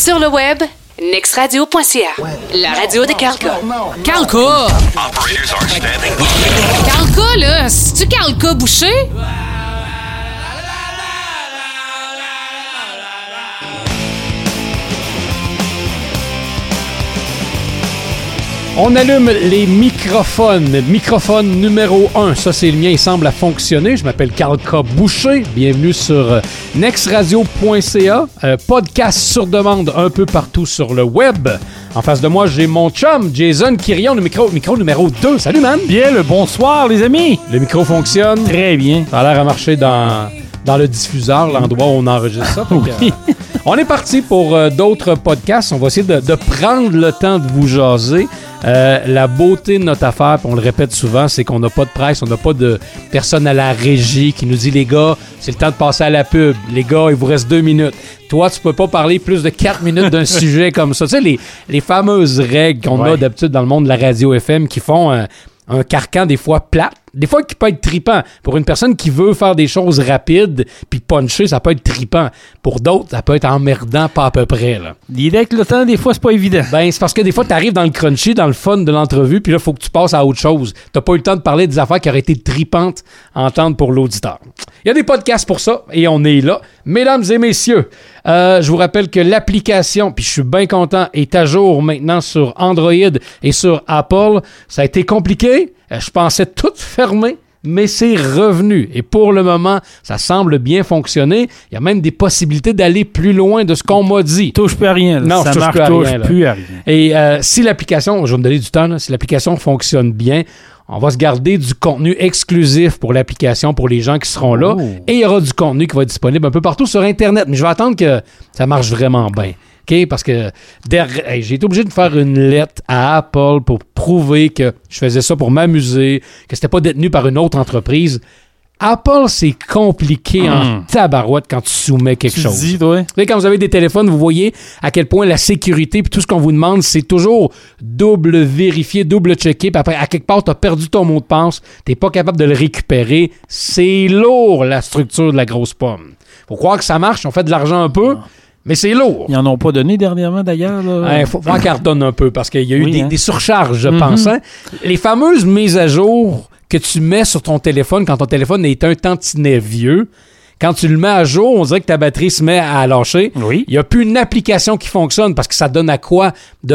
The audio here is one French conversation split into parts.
Sur le web, nextradio.ca. La radio de Calca. Calca! Calca, là! C'est-tu Calca Boucher? On allume les microphones. Microphone numéro 1. Ça, c'est le mien. Il semble à fonctionner. Je m'appelle Calca Boucher. Bienvenue sur nextradio.ca. Podcast sur demande un peu partout sur le web. En face de moi, j'ai mon chum, Jason Quirion, le micro numéro 2. Salut, man! Bien, le bonsoir, les amis! Le micro fonctionne. Très bien. Ça a l'air à marcher dans le diffuseur, l'endroit où on enregistre ça. Oui. On est parti pour d'autres podcasts. On va essayer de prendre le temps de vous jaser. La beauté de notre affaire, puis on le répète souvent, c'est qu'on n'a pas de presse, on n'a pas de personne à la régie qui nous dit « Les gars, c'est le temps de passer à la pub. Les gars, il vous reste 2 minutes. » Toi, tu peux pas parler plus de 4 minutes d'un sujet comme ça. Tu sais, les fameuses règles qu'on a d'habitude dans le monde de la radio FM qui font un carcan des fois plate, des fois qui peut être tripant. Pour une personne qui veut faire des choses rapides puis puncher, ça peut être tripant. Pour d'autres, ça peut être emmerdant, pas à peu près. Là. L'idée avec le temps, des fois, c'est pas évident. Ben, c'est parce que des fois, t'arrives dans le crunchy, dans le fun de l'entrevue, puis là, il faut que tu passes à autre chose. T'as pas eu le temps de parler des affaires qui auraient été tripantes à entendre pour l'auditeur. Il y a des podcasts pour ça, et on est là. Mesdames et messieurs, je vous rappelle que l'application, puis je suis bien content, est à jour maintenant sur Android et sur Apple. Ça a été compliqué. Je pensais tout fermer, mais c'est revenu. Et pour le moment, ça semble bien fonctionner. Il y a même des possibilités d'aller plus loin de ce qu'on m'a dit. Touche plus à rien. Là. Non, ça je touche plus à rien. Et si l'application, je vais me donner du temps, là, si l'application fonctionne bien, on va se garder du contenu exclusif pour l'application, pour les gens qui seront là. Oh. Et il y aura du contenu qui va être disponible un peu partout sur Internet. Mais je vais attendre que ça marche vraiment bien. Okay? Parce que j'ai été obligé de faire une lettre à Apple pour prouver que je faisais ça pour m'amuser, que c'était pas détenu par une autre entreprise. Apple, c'est compliqué en tabarouette quand tu soumets quelque chose. Dis, toi. Quand vous avez des téléphones, vous voyez à quel point la sécurité et tout ce qu'on vous demande, c'est toujours double vérifié, double checké. Puis après, à quelque part, tu as perdu ton mot de passe, tu n'es pas capable de le récupérer. C'est lourd, la structure de la grosse pomme. Faut croire que ça marche, on fait de l'argent un peu. Mais c'est lourd. Ils n'en ont pas donné dernièrement, d'ailleurs. Il faut qu'elle redonne un peu parce qu'il y a eu des surcharges, je pense. Hein? Les fameuses mises à jour que tu mets sur ton téléphone quand ton téléphone est un tantinet vieux, quand tu le mets à jour, on dirait que ta batterie se met à lâcher. Oui. Il n'y a plus une application qui fonctionne parce que ça donne à quoi de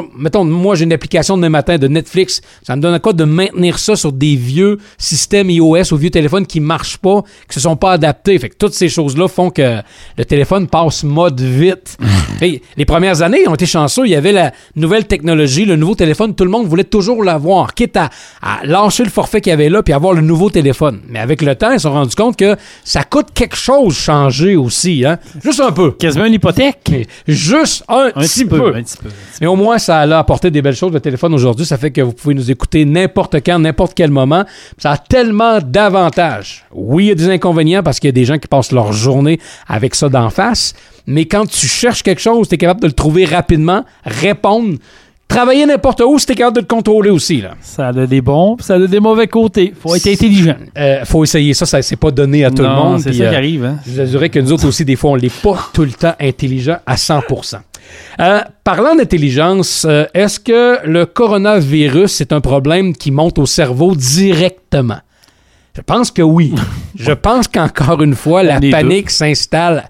moi, j'ai une application demain matin de Netflix. Ça me donne à quoi de maintenir ça sur des vieux systèmes iOS ou vieux téléphones qui ne marchent pas, qui ne se sont pas adaptés. Fait que toutes ces choses-là font que le téléphone passe mode vite. Les premières années, ils ont été chanceux. Il y avait la nouvelle technologie, le nouveau téléphone. Tout le monde voulait toujours l'avoir, quitte à lâcher le forfait qu'il y avait là puis avoir le nouveau téléphone. Mais avec le temps, ils se sont rendus compte que ça coûte quelque chose changer aussi, hein? Juste un peu. Quasiment une hypothèque. Juste un petit peu. Mais au moins, ça a apporté des belles choses, le téléphone aujourd'hui. Ça fait que vous pouvez nous écouter n'importe quand, n'importe quel moment. Ça a tellement d'avantages. Oui, il y a des inconvénients parce qu'il y a des gens qui passent leur journée avec ça d'en face. Mais quand tu cherches quelque chose, tu es capable de le trouver rapidement, répondre. Travailler n'importe où, c'était capable de le contrôler aussi. Là. Ça a des bons, ça a des mauvais côtés. Faut être intelligent. Faut essayer ça, c'est pas donné à tout le monde. C'est ça qui arrive. Hein? Je vous assurais que nous autres aussi, des fois, on n'est pas tout le temps intelligent à 100%. Parlant d'intelligence, est-ce que le coronavirus, c'est un problème qui monte au cerveau directement? Je pense que oui. Je pense qu'encore une fois, la panique s'installe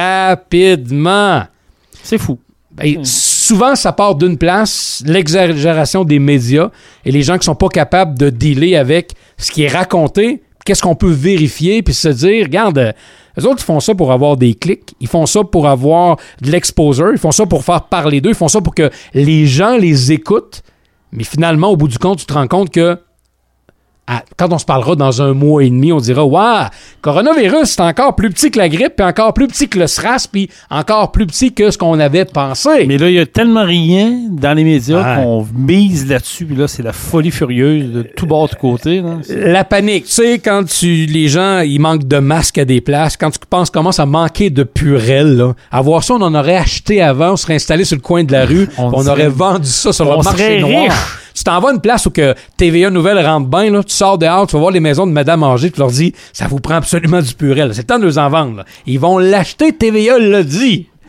rapidement. C'est fou. Souvent, ça part d'une place, l'exagération des médias et les gens qui sont pas capables de dealer avec ce qui est raconté, qu'est-ce qu'on peut vérifier, puis se dire, regarde, eux autres, ils font ça pour avoir des clics, ils font ça pour avoir de l'exposure, ils font ça pour faire parler d'eux, ils font ça pour que les gens les écoutent, mais finalement, au bout du compte, tu te rends compte que quand on se parlera dans 1 mois et demi, on dira « Waouh, coronavirus, c'est encore plus petit que la grippe, puis encore plus petit que le SRAS, puis encore plus petit que ce qu'on avait pensé. » Mais là, il y a tellement rien dans les médias qu'on mise là-dessus, puis là, c'est la folie furieuse de tout bord, de côté. Là. La panique. Tu sais, quand les gens, ils manquent de masques à des places, quand tu penses commence à manquer de Purell, là, à voir ça, on en aurait acheté avant, on serait installé sur le coin de la rue, on aurait vendu ça sur le marché noir. Tu t'en vas à une place où que TVA Nouvelle rentre bien, là, tu sors dehors, tu vas voir les maisons de Madame Angers, tu leur dis, ça vous prend absolument du Purell. C'est le temps de les en vendre. Là. Ils vont l'acheter, TVA l'a dit.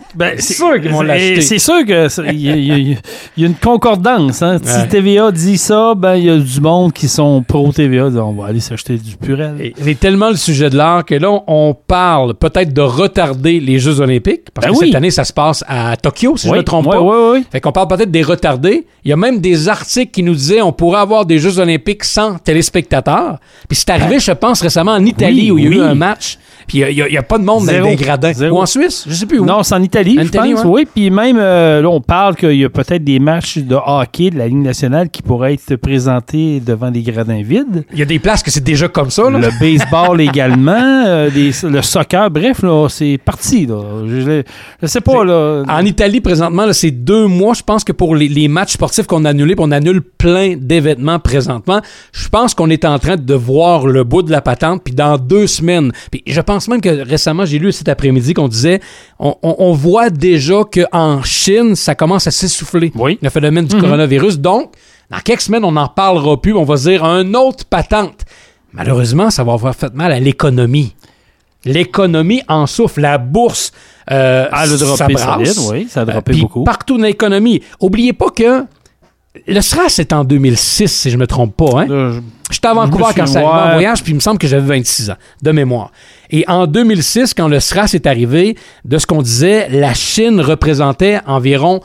Ben, c'est sûr qu'ils vont l'acheter. C'est sûr qu'il y a une concordance. Hein. Si Ouais. TVA dit ça, ben il y a du monde qui sont pro-TVA. On va aller s'acheter du Purel. Et c'est tellement le sujet de l'art que là, on parle peut-être de retarder les Jeux olympiques, parce Ben que oui. cette année, ça se passe à Tokyo, si je ne me trompe oui, pas. Oui. Fait qu'on parle peut-être des retarder. Il y a même des articles qui nous disaient on pourrait avoir des Jeux olympiques sans téléspectateurs. Puis c'est arrivé, je pense, récemment en Italie, où il y a eu un match. Puis il n'y a pas de monde dans les gradins. Zéro. Ou en Suisse, je sais plus où. Non, c'est en Italie, En je Italie, pense. ouais. Oui, puis même, là, on parle qu'il y a peut-être des matchs de hockey de la Ligue nationale qui pourraient être présentés devant des gradins vides. Il y a des places que c'est déjà comme ça. Là. Le baseball également, le soccer, bref, là, c'est parti. Là. Je sais pas. Là. En Italie, présentement, là, c'est 2 mois, je pense que pour les matchs sportifs qu'on a annulés, puis on annule plein d'événements présentement, je pense qu'on est en train de voir le bout de la patente, puis dans 2 semaines. Puis je pense même que récemment, j'ai lu cet après-midi qu'on disait, on voit déjà qu'en Chine, ça commence à s'essouffler, Oui. le phénomène du coronavirus. Donc, dans quelques semaines, on n'en parlera plus, on va se dire un autre patente. Malheureusement, ça va avoir fait mal à l'économie. L'économie en souffle. La bourse, Elle a droppé ça brasse. solide, oui, ça a droppé Puis beaucoup. partout dans l'économie. Oubliez pas que le SRAS est en 2006, si je me trompe pas. Hein? Là, J'étais à Vancouver je me quand suis- ça arrivé en ouais. voyage, puis il me semble que j'avais 26 ans, de mémoire. Et en 2006, quand le SRAS est arrivé, de ce qu'on disait, la Chine représentait environ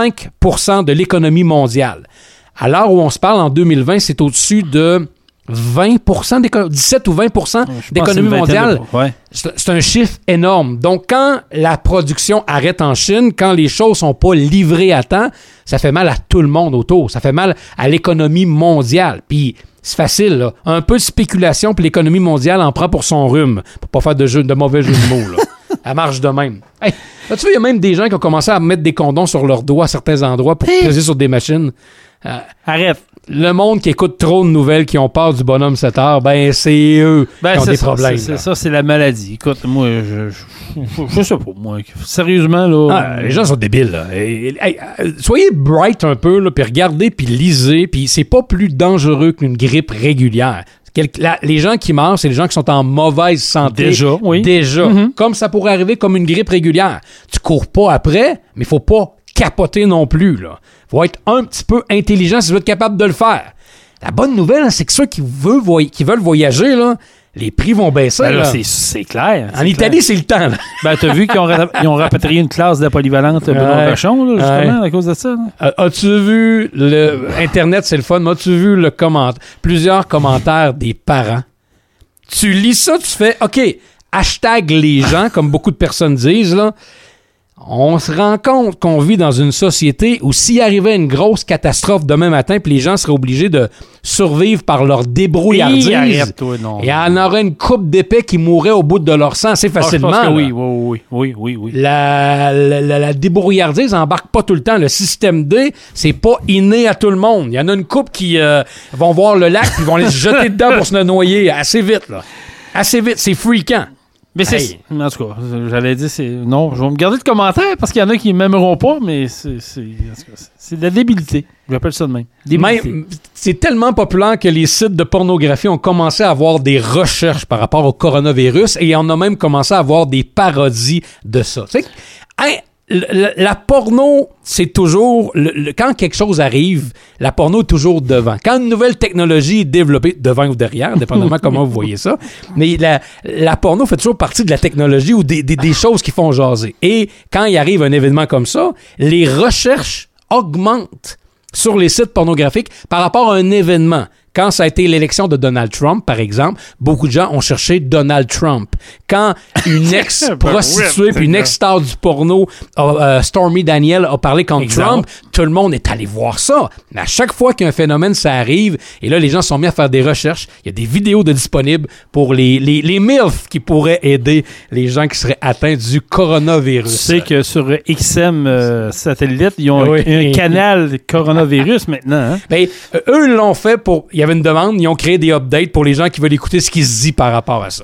5% de l'économie mondiale. À l'heure où on se parle, en 2020, c'est au-dessus de 20% 17 ou 20% je pense d'économie une vingtaine mondiale. Ouais. C'est un chiffre énorme. Donc, quand la production arrête en Chine, quand les choses sont pas livrées à temps, ça fait mal à tout le monde autour. Ça fait mal à l'économie mondiale. Puis, c'est facile, là. Un peu de spéculation, puis l'économie mondiale en prend pour son rhume. Pour pas faire de mauvais jeu de mots, là. Elle marche de même. Hey, là, tu vois, il y a même des gens qui ont commencé à mettre des condoms sur leurs doigts à certains endroits pour peser sur des machines. Arrête. Le monde qui écoute trop de nouvelles qui ont peur du bonhomme 7 heures, ben c'est eux qui ont c'est des ça, problèmes. C'est là. ça, c'est la maladie. Écoute, moi, je sais pas, moi. Sérieusement, là. Ah, les gens sont débiles. Là. Soyez bright un peu, là, puis regardez, puis lisez, puis c'est pas plus dangereux qu'une grippe régulière. Les gens qui meurent, c'est les gens qui sont en mauvaise santé. Déjà, oui. Déjà. Comme ça pourrait arriver comme une grippe régulière. Tu cours pas après, mais il faut pas capoter non plus. Là. Faut être un petit peu intelligent si tu veux être capable de le faire. La bonne nouvelle, hein, c'est que ceux qui veulent voyager, là, les prix vont baisser. Ben là, là. c'est clair. En Italie, c'est le temps. Là. Ben, t'as vu qu'ils ont rapatrié une classe de polyvalente Benoît Ouais. Vachon, là, justement, à cause de ça? Là? As-tu vu Internet, c'est le fun, mais as-tu vu plusieurs commentaires des parents? Tu lis ça, tu fais OK, hashtag les gens, comme beaucoup de personnes disent, là. On se rend compte qu'on vit dans une société où s'il arrivait une grosse catastrophe demain matin, puis les gens seraient obligés de survivre par leur débrouillardise, Arrête-toi, non. il y en aurait une coupe d'épais qui mourrait au bout de leur sang assez Ah, je facilement. pense que là. oui. La débrouillardise n'embarque pas tout le temps. Le système D, c'est pas inné à tout le monde. Il y en a une couple qui vont voir le lac puis vont les jeter dedans pour se noyer assez vite. Là. Assez vite, c'est freakant. Mais c'est... Hey. En tout cas, j'allais dire, c'est... Non, je vais me garder de commentaires parce qu'il y en a qui ne m'aimeront pas, mais c'est de la débilité. J'appelle ça de même. Débilité. Même, c'est tellement populaire que les sites de pornographie ont commencé à avoir des recherches par rapport au coronavirus et on a même commencé à avoir des parodies de ça. Tu sais, hein, la porno, c'est toujours... quand quelque chose arrive, la porno est toujours devant. Quand une nouvelle technologie est développée, devant ou derrière, dépendamment comment vous voyez ça, mais la porno fait toujours partie de la technologie ou des choses qui font jaser. Et quand il arrive un événement comme ça, les recherches augmentent sur les sites pornographiques par rapport à un événement. Quand ça a été l'élection de Donald Trump, par exemple, beaucoup de gens ont cherché Donald Trump. Quand une ex-prostituée puis une ex-star du porno, Stormy Daniels, a parlé contre Trump, tout le monde est allé voir ça. Mais à chaque fois qu'un phénomène, ça arrive, et là, les gens sont mis à faire des recherches. Il y a des vidéos disponibles pour les MILF qui pourraient aider les gens qui seraient atteints du coronavirus. Tu sais que sur XM Satellite, ils ont Oui. un canal coronavirus maintenant. Hein? Ben, eux l'ont fait pour... Il y avait une demande, ils ont créé des updates pour les gens qui veulent écouter ce qui se dit par rapport à ça.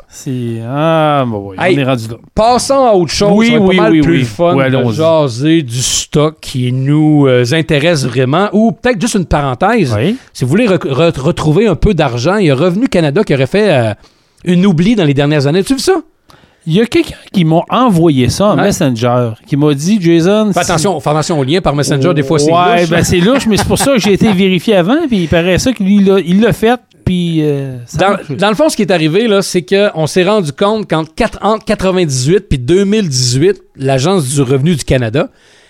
Bon, oui, Hey, on est rendu là. Passons à autre chose. Oui, ça va être oui, pas mal oui, plus oui. fun Ouais, de allons-y. jaser du stock qui nous intéresse vraiment. Ou peut-être juste une parenthèse. Oui. Si vous voulez retrouver un peu d'argent, il y a Revenu Canada qui aurait fait une oubli dans les dernières années. As-tu vu ça? Il y a quelqu'un qui m'a envoyé ça en Messenger, qui m'a dit, Jason... Fais attention au lien par Messenger, des fois c'est louche. Ouais, c'est louche, mais c'est pour ça que j'ai été vérifié avant, puis il paraît ça qu'il il l'a fait, puis... dans le fond, ce qui est arrivé, là, c'est qu'on s'est rendu compte qu'entre 1998 puis 2018, l'Agence du revenu du Canada,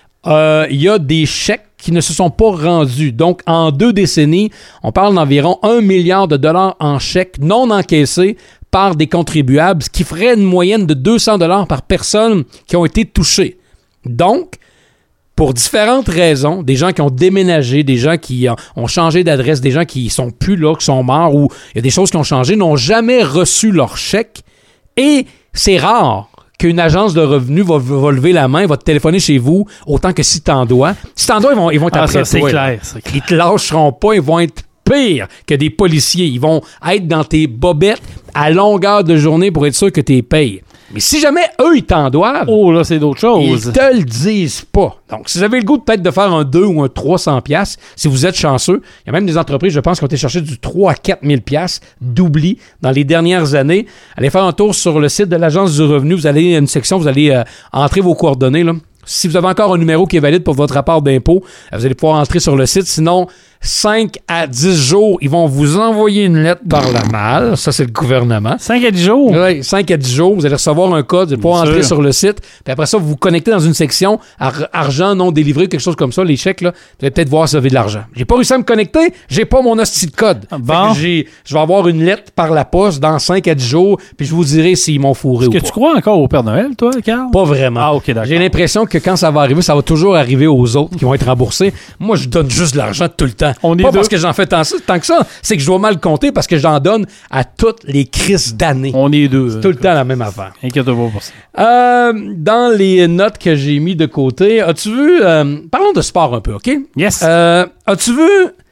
il y a des chèques qui ne se sont pas rendus. Donc, en 2 décennies, on parle d'environ 1 milliard de dollars en chèques non encaissés par des contribuables, ce qui ferait une moyenne de 200 dollars par personne qui ont été touchés. Donc, pour différentes raisons, des gens qui ont déménagé, des gens qui ont changé d'adresse, des gens qui sont plus là, qui sont morts, ou il y a des choses qui ont changé, n'ont jamais reçu leur chèque. Et c'est rare qu'une agence de revenus va lever la main, va te téléphoner chez vous, autant que si t'en dois. Si t'en dois, ils vont être après ça, c'est toi. clair. Ils te lâcheront pas, ils vont être pires que des policiers. Ils vont être dans tes bobettes à longueur de journée pour être sûr que tu payes. Mais si jamais eux, ils t'en doivent, oh là, c'est d'autres choses. Ils te le disent pas. Donc, si vous avez le goût peut-être de faire un 2 ou un 300$, si vous êtes chanceux, il y a même des entreprises, je pense, qui ont été chercher du 3 à 4 000$ d'oubli dans les dernières années. Allez faire un tour sur le site de l'Agence du revenu. Vous allez à une section, vous allez entrer vos coordonnées, là. Si vous avez encore un numéro qui est valide pour votre rapport d'impôt, vous allez pouvoir entrer sur le site. Sinon, 5 à 10 jours, ils vont vous envoyer une lettre par la malle. Ça, c'est le gouvernement. 5 à 10 jours? Oui, 5 à 10 jours. Vous allez recevoir un code, vous allez pouvoir entrer sur le site. Puis après ça, vous vous connectez dans une section argent non délivré, quelque chose comme ça, les chèques, là. Vous allez peut-être voir si vous avez de l'argent. J'ai pas réussi à me connecter, j'ai pas mon hostie de code. Bon. Je vais avoir une lettre par la poste dans 5 à 10 jours, puis je vous dirai s'ils m'ont fourré ou pas. Est-ce que tu crois encore au Père Noël, toi, Carl? Pas vraiment. Ah, OK, d'accord. J'ai l'impression que quand ça va arriver, ça va toujours arriver aux autres qui vont être remboursés. Moi, je donne juste de l'argent tout le temps. Pas parce que j'en fais tant que ça, c'est que je dois mal compter parce que j'en donne à toutes les crises d'années. On est deux. C'est tout le temps la même affaire. Inquiète-toi pas pour ça. Dans les notes que j'ai mis de côté, as-tu vu... parlons de sport un peu, OK? Yes. As-tu vu...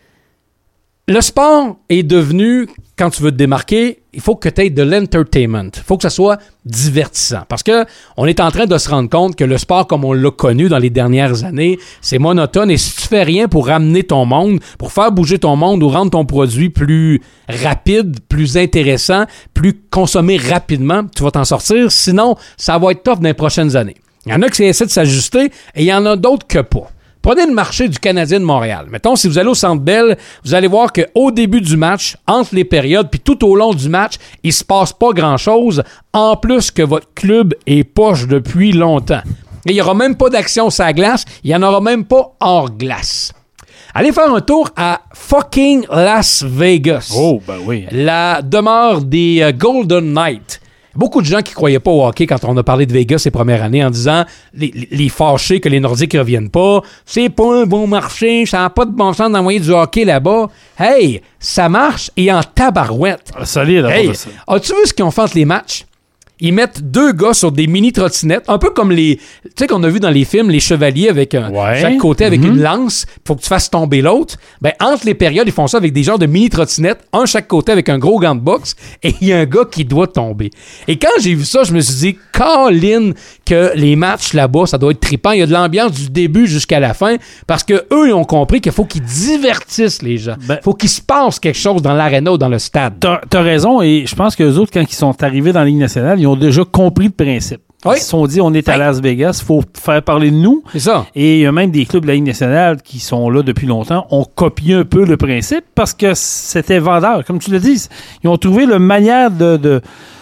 Le sport est devenu, quand tu veux te démarquer, il faut que tu aies de l'entertainment. Il faut que ça soit divertissant. Parce que on est en train de se rendre compte que le sport, comme on l'a connu dans les dernières années, c'est monotone. Et si tu fais rien pour ramener ton monde, pour faire bouger ton monde ou rendre ton produit plus rapide, plus intéressant, plus consommé rapidement, tu vas t'en sortir. Sinon, ça va être tough dans les prochaines années. Il y en a qui essaient de s'ajuster et il y en a d'autres que pas. Prenez le marché du Canadien de Montréal. Mettons, si vous allez au Centre Bell, vous allez voir qu'au début du match, entre les périodes, puis tout au long du match, il se passe pas grand-chose, en plus que votre club est poche depuis longtemps. Et il n'y aura même pas d'action sur la glace, il n'y en aura même pas hors glace. Allez faire un tour à fucking Las Vegas. Oh, ben oui. La demeure des Golden Knights. Beaucoup de gens qui ne croyaient pas au hockey quand on a parlé de Vegas ces premières années en disant les fâchés que les Nordiques ne reviennent pas. C'est pas un bon marché, ça n'a pas de bon sens d'envoyer du hockey là-bas. Hey, ça marche et en tabarouette. Solide, hey, as-tu vu ce qu'ils ont fait entre les matchs? Ils mettent 2 gars sur des mini-trottinettes, un peu comme les... Tu sais qu'on a vu dans les films, les chevaliers avec chaque côté avec une lance, faut que tu fasses tomber l'autre. Ben, entre les périodes, ils font ça avec des genres de mini-trottinettes, un chaque côté avec un gros gant de boxe, et il y a un gars qui doit tomber. Et quand j'ai vu ça, je me suis dit, Colin, que les matchs là-bas, ça doit être trippant. Il y a de l'ambiance du début jusqu'à la fin, parce que eux, ils ont compris qu'il faut qu'ils divertissent les gens. Faut qu'il se passe quelque chose dans l'aréna ou dans le stade. T'as raison, et je pense qu'eux autres, quand ils sont arrivés dans la Ligue nationale, ils ont déjà compris le principe. Oui. Ils se sont dit, on est à Las Vegas, il faut faire parler de nous. C'est ça. Et il y a même des clubs de la Ligue nationale qui sont là depuis longtemps, ont copié un peu le principe parce que c'était vendeur. Comme tu le dis, ils ont trouvé la manière de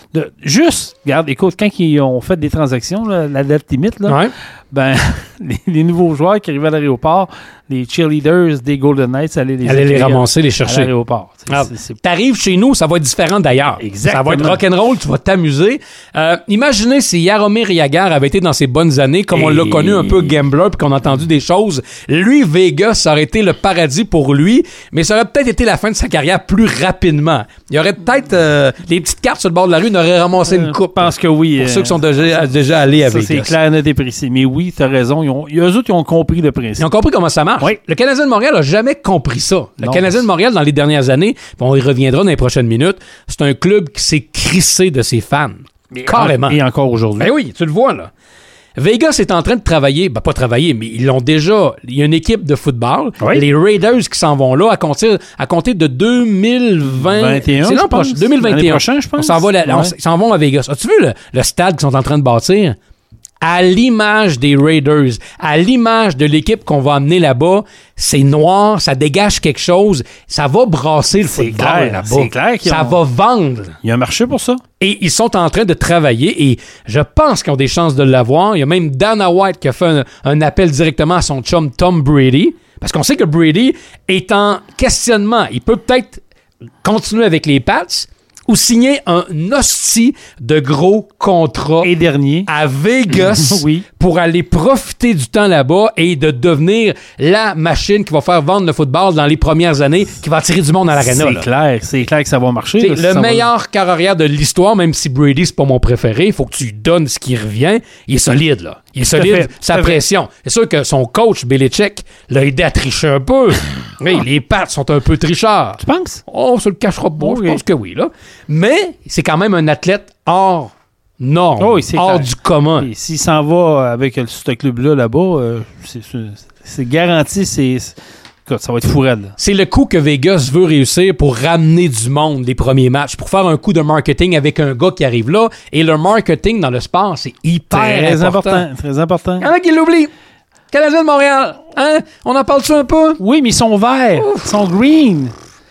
juste, regarde, écoute, quand ils ont fait des transactions, là, la date limite, là, ben, les nouveaux joueurs qui arrivaient à l'aéroport, les cheerleaders des Golden Knights allaient les ramasser, les chercher à l'aéroport. T'arrives chez nous, ça va être différent d'ailleurs. Exactement. Ça va être rock'n'roll, tu vas t'amuser. Imaginez si Jaromir Jagr avait été dans ses bonnes années, comme on l'a connu un peu gambler, puis qu'on a entendu des choses. Lui, Vegas, ça aurait été le paradis pour lui, mais ça aurait peut-être été la fin de sa carrière plus rapidement. Il y aurait peut-être les petites cartes sur le bord de la rue, n'auraient ramassé une coupe. Je pense que oui. Pour ceux qui sont déjà allés à Vegas. C'est clair, net et précis. Mais oui, t'as raison. Eux autres, ils ont compris le principe. Ils ont compris comment ça marche. Oui. Le Canadien de Montréal n'a jamais compris ça. Le Canadien de Montréal, dans les dernières années, on y reviendra dans les prochaines minutes, c'est un club qui s'est crissé de ses fans. Carrément. Et encore aujourd'hui. Ben oui, tu le vois, là. Vegas est en train de travailler, pas travailler, mais ils l'ont déjà. Il y a une équipe de football, Oui. les Raiders qui s'en vont là à compter de 2021. C'est l'an prochain, 2021. L'année prochaine, je pense. Ils s'en vont à Vegas. As-tu vu le stade qu'ils sont en train de bâtir? À l'image des Raiders, à l'image de l'équipe qu'on va amener là-bas, c'est noir, ça dégage quelque chose, ça va brasser le football clair, là-bas. c'est clair ça va vendre. Il y a un marché pour ça. Et ils sont en train de travailler et je pense qu'ils ont des chances de l'avoir. Il y a même Dana White qui a fait un appel directement à son chum Tom Brady, parce qu'on sait que Brady est en questionnement. Il peut peut-être continuer avec les Pats ou signer un hostie de gros contrat Et dernier. à Vegas Oui. pour aller profiter du temps là-bas et de devenir la machine qui va faire vendre le football dans les premières années, qui va attirer du monde à l'aréna. C'est clair que ça va marcher. T'sais, là, le ça meilleur carrière de l'histoire, même si Brady, c'est pas mon préféré, il faut que tu lui donnes ce qui revient. Il est solide, là. Il est solide, fait, sa tout à fait. pression. C'est sûr que son coach, Belichick, l'a aidé à tricher un peu. Oui, les Pats sont un peu tricheurs. Tu penses? On se le cachera pas, Oui. je pense que oui, là. Mais c'est quand même un athlète hors norme, Oui, c'est hors clair. du commun. Et s'il s'en va avec ce club-là, là-bas, c'est garanti, écoute, ça va être fou raide, là. C'est le coup que Vegas veut réussir pour ramener du monde les premiers matchs, pour faire un coup de marketing avec un gars qui arrive là. Et le marketing dans le sport, c'est hyper Très important. important. Très important. Il y en a qui l'oublient. Canadien de Montréal, hein? On en parle-tu un peu? Oui, mais ils sont verts. Ils sont green.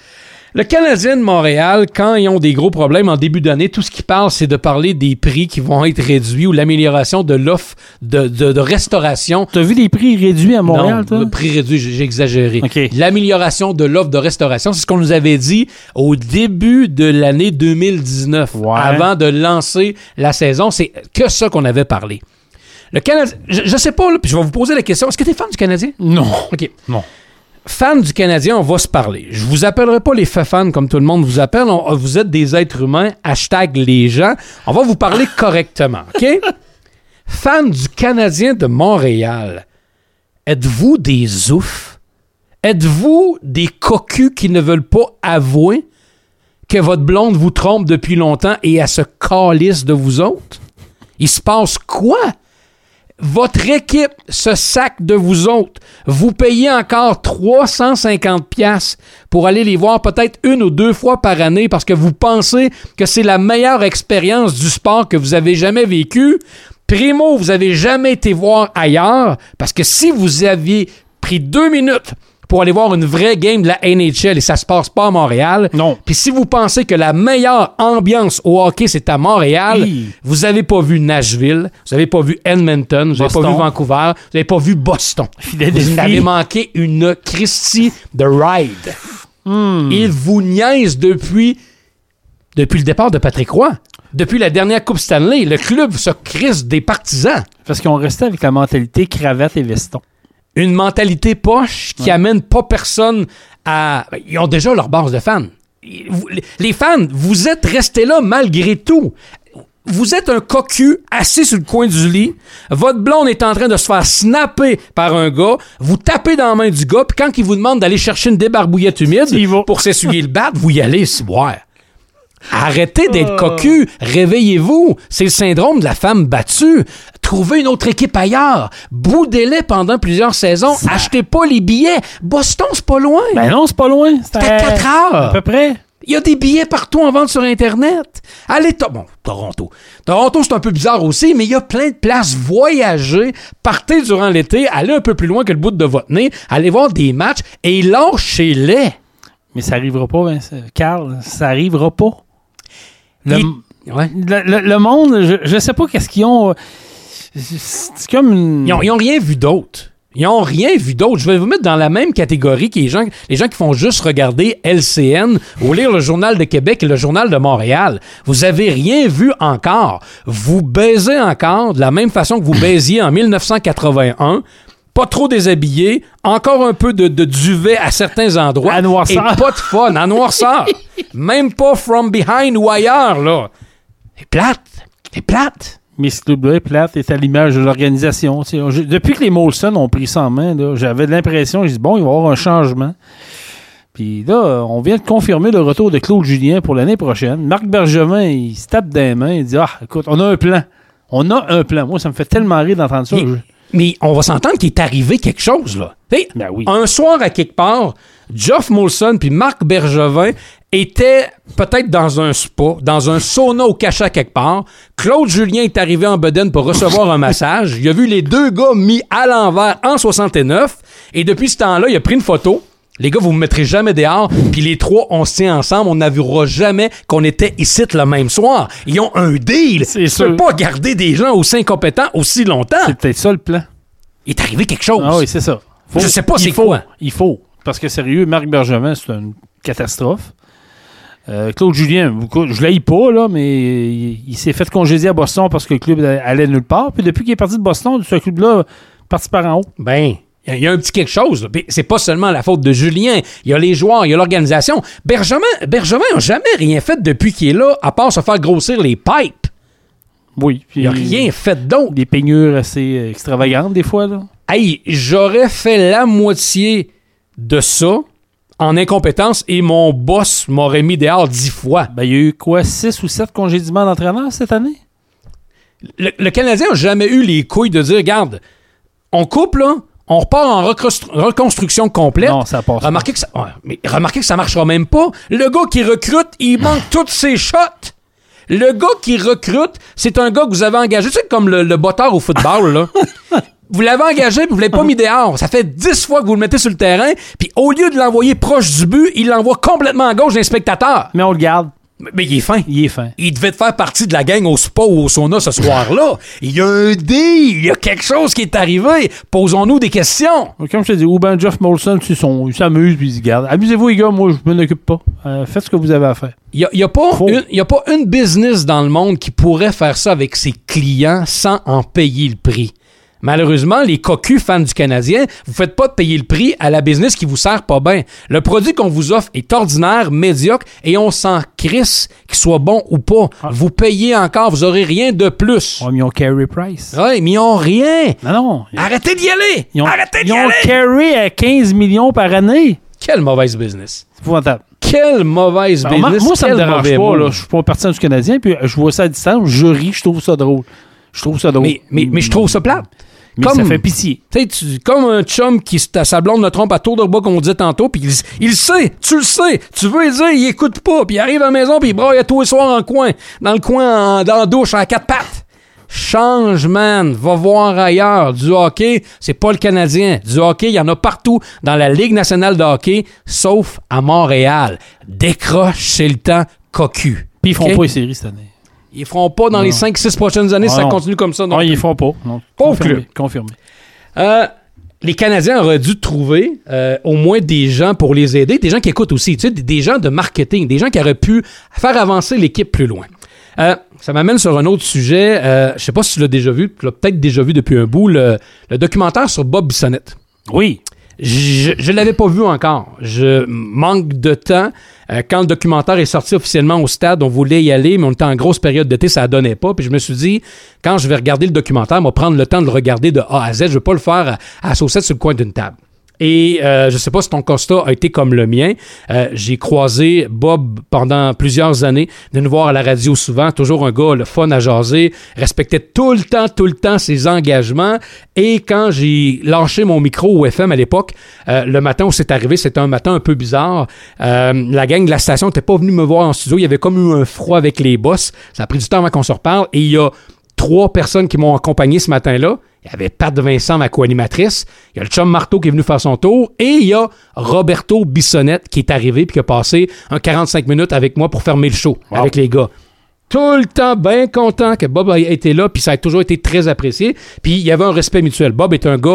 Le Canadien de Montréal, quand ils ont des gros problèmes en début d'année, tout ce qu'ils parlent, c'est de parler des prix qui vont être réduits ou l'amélioration de l'offre de restauration. T'as vu les prix réduits à Montréal, Non, toi? le prix réduit, j'ai exagéré. OK. L'amélioration de l'offre de restauration, c'est ce qu'on nous avait dit au début de l'année 2019, Ouais. avant de lancer la saison. C'est que ça qu'on avait parlé. Le Canadien, je sais pas, là, puis je vais vous poser la question, est-ce que tu es fan du Canadien? Non. OK. Non. Fan du Canadien, on va se parler. Je vous appellerai pas les fans comme tout le monde vous appelle. Vous êtes des êtres humains. # les gens. On va vous parler correctement, OK? Fan du Canadien de Montréal, êtes-vous des oufs? Êtes-vous des cocus qui ne veulent pas avouer que votre blonde vous trompe depuis longtemps et elle se calisse de vous autres? Il se passe quoi? Votre équipe se sac de vous autres. Vous payez encore 350$ pour aller les voir peut-être 1 ou 2 fois par année parce que vous pensez que c'est la meilleure expérience du sport que vous avez jamais vécue. Primo, vous avez jamais été voir ailleurs parce que si vous aviez pris 2 minutes pour aller voir une vraie game de la NHL et ça se passe pas à Montréal. Non. Puis si vous pensez que la meilleure ambiance au hockey, c'est à Montréal, Oui. vous avez pas vu Nashville, vous avez pas vu Edmonton, vous avez pas Boston. vu Vancouver, vous avez pas vu Boston. Philadelphie. Vous avez manqué une Christie de ride. Il vous niaise depuis le départ de Patrick Roy. Depuis la dernière Coupe Stanley, le club se crisse des partisans. Parce qu'on restait avec la mentalité cravate et veston. Une mentalité poche qui amène pas personne à... Ils ont déjà leur base de fans. Les fans, vous êtes restés là malgré tout. Vous êtes un cocu assis sur le coin du lit. Votre blonde est en train de se faire snapper par un gars. Vous tapez dans la main du gars. Puis quand il vous demande d'aller chercher une débarbouillette humide Il va. pour s'essuyer le bat, vous y allez, c'est boire. Arrêtez d'être cocu. Réveillez-vous. C'est le syndrome de la femme battue. Trouvez une autre équipe ailleurs. Boudez-les pendant plusieurs saisons. Achetez pas les billets. Boston, c'est pas loin. Ben non, c'est pas loin. C'est à 4 heures. À peu près. Il y a des billets partout en vente sur Internet. Allez, Toronto. Toronto, c'est un peu bizarre aussi, mais il y a plein de places. Voyagez, partez durant l'été, allez un peu plus loin que le bout de votre nez, allez voir des matchs et lâchez-les. Mais ça arrivera pas, Vincent. Carl, ça arrivera pas. Le monde, je sais pas qu'est-ce qu'ils ont. C'est comme une... Ils ont rien vu d'autre. Ils n'ont rien vu d'autre. Je vais vous mettre dans la même catégorie que les gens qui font juste regarder LCN ou lire le Journal de Québec et le Journal de Montréal. Vous avez rien vu encore. Vous baisez encore de la même façon que vous baisiez en 1981. Pas trop déshabillé, encore un peu de duvet à certains endroits. À noirceur. Et pas de fun, à noirceur. Même pas from behind ou ailleurs, là. C'est plate. C'est plate. Mais ce club-là est plate, est à l'image de l'organisation. Tu sais, depuis que les Molson ont pris ça en main, là, j'avais l'impression, j'ai dit, bon, il va y avoir un changement. Puis là, on vient de confirmer le retour de Claude Julien pour l'année prochaine. Marc Bergevin, il se tape dans les mains, il dit, écoute, on a un plan. On a un plan. Moi, ça me fait tellement rire d'entendre ça. Mais on va s'entendre qu'il est arrivé quelque chose, là. Ben oui. Un soir, à quelque part, Geoff Molson puis Marc Bergevin étaient peut-être dans un spa, dans un sauna au cachet quelque part. Claude Julien est arrivé en bedaine pour recevoir un massage. Il a vu les deux gars mis à l'envers en 69. Et depuis ce temps-là, il a pris une photo. Les gars, vous me mettrez jamais dehors. Puis les trois, on se tient ensemble. On n'avouera jamais qu'on était ici le même soir. Ils ont un deal. C'est sûr. Tu peux pas garder des gens aussi incompétents aussi longtemps. C'est peut-être ça le plan. Il est arrivé quelque chose. Ah oui, c'est ça. Je sais pas c'est quoi. Il faut. Parce que sérieux, Marc Bergevin, c'est une catastrophe. Claude Julien, je l'haïs pas, là, mais il s'est fait congédier à Boston parce que le club allait nulle part. Puis depuis qu'il est parti de Boston, ce club-là est parti par en haut. Ben, il y a un petit quelque chose. Là. C'est pas seulement la faute de Julien. Il y a les joueurs, il y a l'organisation. Bergevin n'a jamais rien fait depuis qu'il est là, à part se faire grossir les pipes. Oui. Il n'a rien fait d'autre. Des peignures assez extravagantes, des fois, là. Hey, j'aurais fait la moitié de ça en incompétence et mon boss m'aurait mis dehors 10 fois. Ben, il y a eu quoi, 6 ou 7 congédiements d'entraîneurs cette année? Le Canadien n'a jamais eu les couilles de dire, regarde, on coupe, là, on repart en reconstruction complète. Non, ça passe. Remarquez que ça marchera même pas. Le gars qui recrute, il manque toutes ses shots. Le gars qui recrute, c'est un gars que vous avez engagé. Tu sais, comme le botteur au football, là. Vous l'avez engagé, puis vous ne l'avez pas mis dehors. Ça fait 10 fois que vous le mettez sur le terrain, puis au lieu de l'envoyer proche du but, il l'envoie complètement à gauche d'un spectateur. Mais on le garde. Mais il est fin. Il est fin. Il devait faire partie de la gang au spa ou au sauna ce soir-là. Il y a un deal. Il y a quelque chose qui est arrivé. Posons-nous des questions. Comme je te dis, ou ben Geoff Molson, il s'amuse puis il se garde. Amusez-vous, les gars, moi, je m'en occupe pas. Faites ce que vous avez à faire. Il n'y a pas une business dans le monde qui pourrait faire ça avec ses clients sans en payer le prix. Malheureusement, les cocus fans du Canadien, vous ne faites pas de payer le prix à la business qui vous sert pas bien. Le produit qu'on vous offre est ordinaire, médiocre, et on s'en crisse qu'il soit bon ou pas. Ah. Vous payez encore, vous n'aurez rien de plus. Ouais, mais ils ont carry price. Oui, mais ils n'ont rien. Non. Arrêtez d'y aller. Ils ont carry à 15 millions par année. Quelle mauvaise business. C'est épouvantable. Quelle mauvaise business. Moi, ça me dérange pas. Là. Je suis pas partisan du Canadien, puis je vois ça à distance, je ris, je trouve ça drôle. Mais je trouve ça plate. Mais ça fait pitié. Comme un chum qui sa blonde le trompe à tour de bois, comme on disait tantôt, puis il le sait, tu le sais, tu veux lui dire, il écoute pas, puis il arrive à la maison, puis il braille à tous les soirs dans le coin, dans la douche, à 4 pattes. Change, man, va voir ailleurs. Du hockey, c'est pas le Canadien. Du hockey, il y en a partout dans la Ligue nationale de hockey, sauf à Montréal. Décroche, c'est le temps cocu. Puis ils feront pas les séries cette année. Ils feront pas dans les 5-6 prochaines années si ça continue comme ça. Non, ils feront pas. Pauvre club. Confirmé. Les Canadiens auraient dû trouver au moins des gens pour les aider, des gens qui écoutent aussi, tu sais, des gens de marketing, des gens qui auraient pu faire avancer l'équipe plus loin. Ça m'amène sur un autre sujet. Je sais pas si tu l'as déjà vu, tu l'as peut-être déjà vu depuis un bout, le documentaire sur Bob Bissonnette. Oui. Je l'avais pas vu encore. Je manque de temps. Quand le documentaire est sorti officiellement au stade, on voulait y aller, mais on était en grosse période d'été, ça ne donnait pas. Puis je me suis dit, quand je vais regarder le documentaire, je vais prendre le temps de le regarder de A à Z. Je ne veux pas le faire à saucette sur le coin d'une table. Et je ne sais pas si ton constat a été comme le mien. J'ai croisé Bob pendant plusieurs années, de nous voir à la radio souvent, toujours un gars le fun à jaser, respectait tout le temps ses engagements. Et quand j'ai lâché mon micro au FM à l'époque, le matin où c'est arrivé, c'était un matin un peu bizarre. La gang de la station n'était pas venue me voir en studio. Il y avait comme eu un froid avec les boss. Ça a pris du temps avant qu'on se reparle. Et il y a 3 personnes qui m'ont accompagné ce matin-là. Il y avait Pat Vincent, ma co-animatrice. Il y a le chum Marteau qui est venu faire son tour. Et il y a Roberto Bissonnette qui est arrivé puis qui a passé un 45 minutes avec moi pour fermer le show avec les gars. Tout le temps bien content que Bob ait été là, puis ça a toujours été très apprécié. Puis il y avait un respect mutuel. Bob est un gars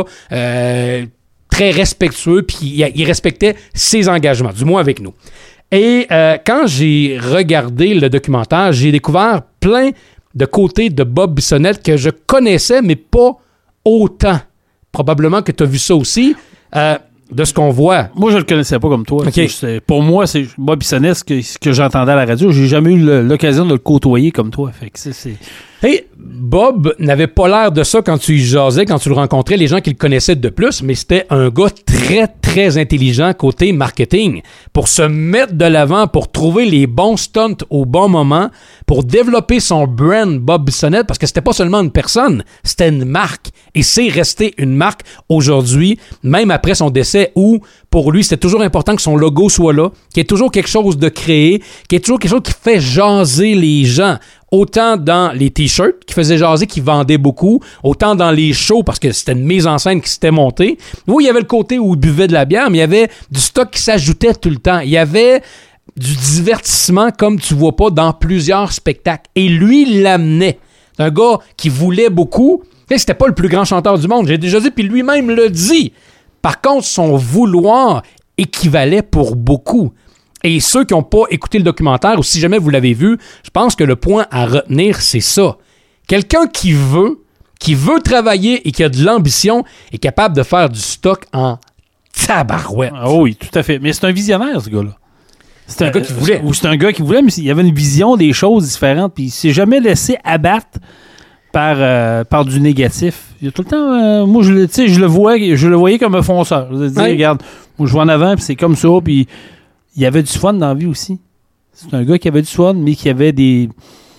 très respectueux, puis il respectait ses engagements, du moins avec nous. Et quand j'ai regardé le documentaire, j'ai découvert plein de côtés de Bob Bissonnette que je connaissais, mais pas autant. Probablement que tu as vu ça aussi, de ce qu'on voit. Moi, je le connaissais pas comme toi. Okay. Pour moi, c'est Bob Bissonnette, ce que j'entendais à la radio. J'ai jamais eu l'occasion de le côtoyer comme toi. Fait que Hey, Bob n'avait pas l'air de ça quand tu y jasais, quand tu le rencontrais, les gens qui le connaissaient de plus, mais c'était un gars très, très intelligent côté marketing. Pour se mettre de l'avant, pour trouver les bons stunts au bon moment, pour développer son brand Bob Bissonnette, parce que c'était pas seulement une personne, c'était une marque. Et c'est resté une marque aujourd'hui, même après son décès, où pour lui, c'était toujours important que son logo soit là, qu'il y ait toujours quelque chose de créé, qu'il y ait toujours quelque chose qui fait jaser les gens. Autant dans les t-shirts qui faisaient jaser, qui vendaient beaucoup, autant dans les shows, parce que c'était une mise en scène qui s'était montée. Oui, il y avait le côté où il buvait de la bière, mais il y avait du stock qui s'ajoutait tout le temps. Il y avait du divertissement comme tu vois pas dans plusieurs spectacles. Et lui, il l'amenait. C'est un gars qui voulait beaucoup. C'était pas le plus grand chanteur du monde, j'ai déjà dit, puis lui-même le dit. Par contre, son vouloir équivalait pour beaucoup. Et ceux qui n'ont pas écouté le documentaire, ou si jamais vous l'avez vu, je pense que le point à retenir, c'est ça. Quelqu'un qui veut travailler et qui a de l'ambition est capable de faire du stock en tabarouette. Ah oui, tout à fait. Mais c'est un visionnaire, ce gars-là. C'est un gars qui voulait. Ou c'est un gars qui voulait, mais il y avait une vision des choses différentes, puis il s'est jamais laissé abattre par du négatif. Il y a tout le temps... moi, je le voyais comme un fonceur. Je disais, regarde, moi, je vais en avant, puis c'est comme ça, puis... Il y avait du fun dans la vie aussi. C'est un gars qui avait du fun, mais qui avait des...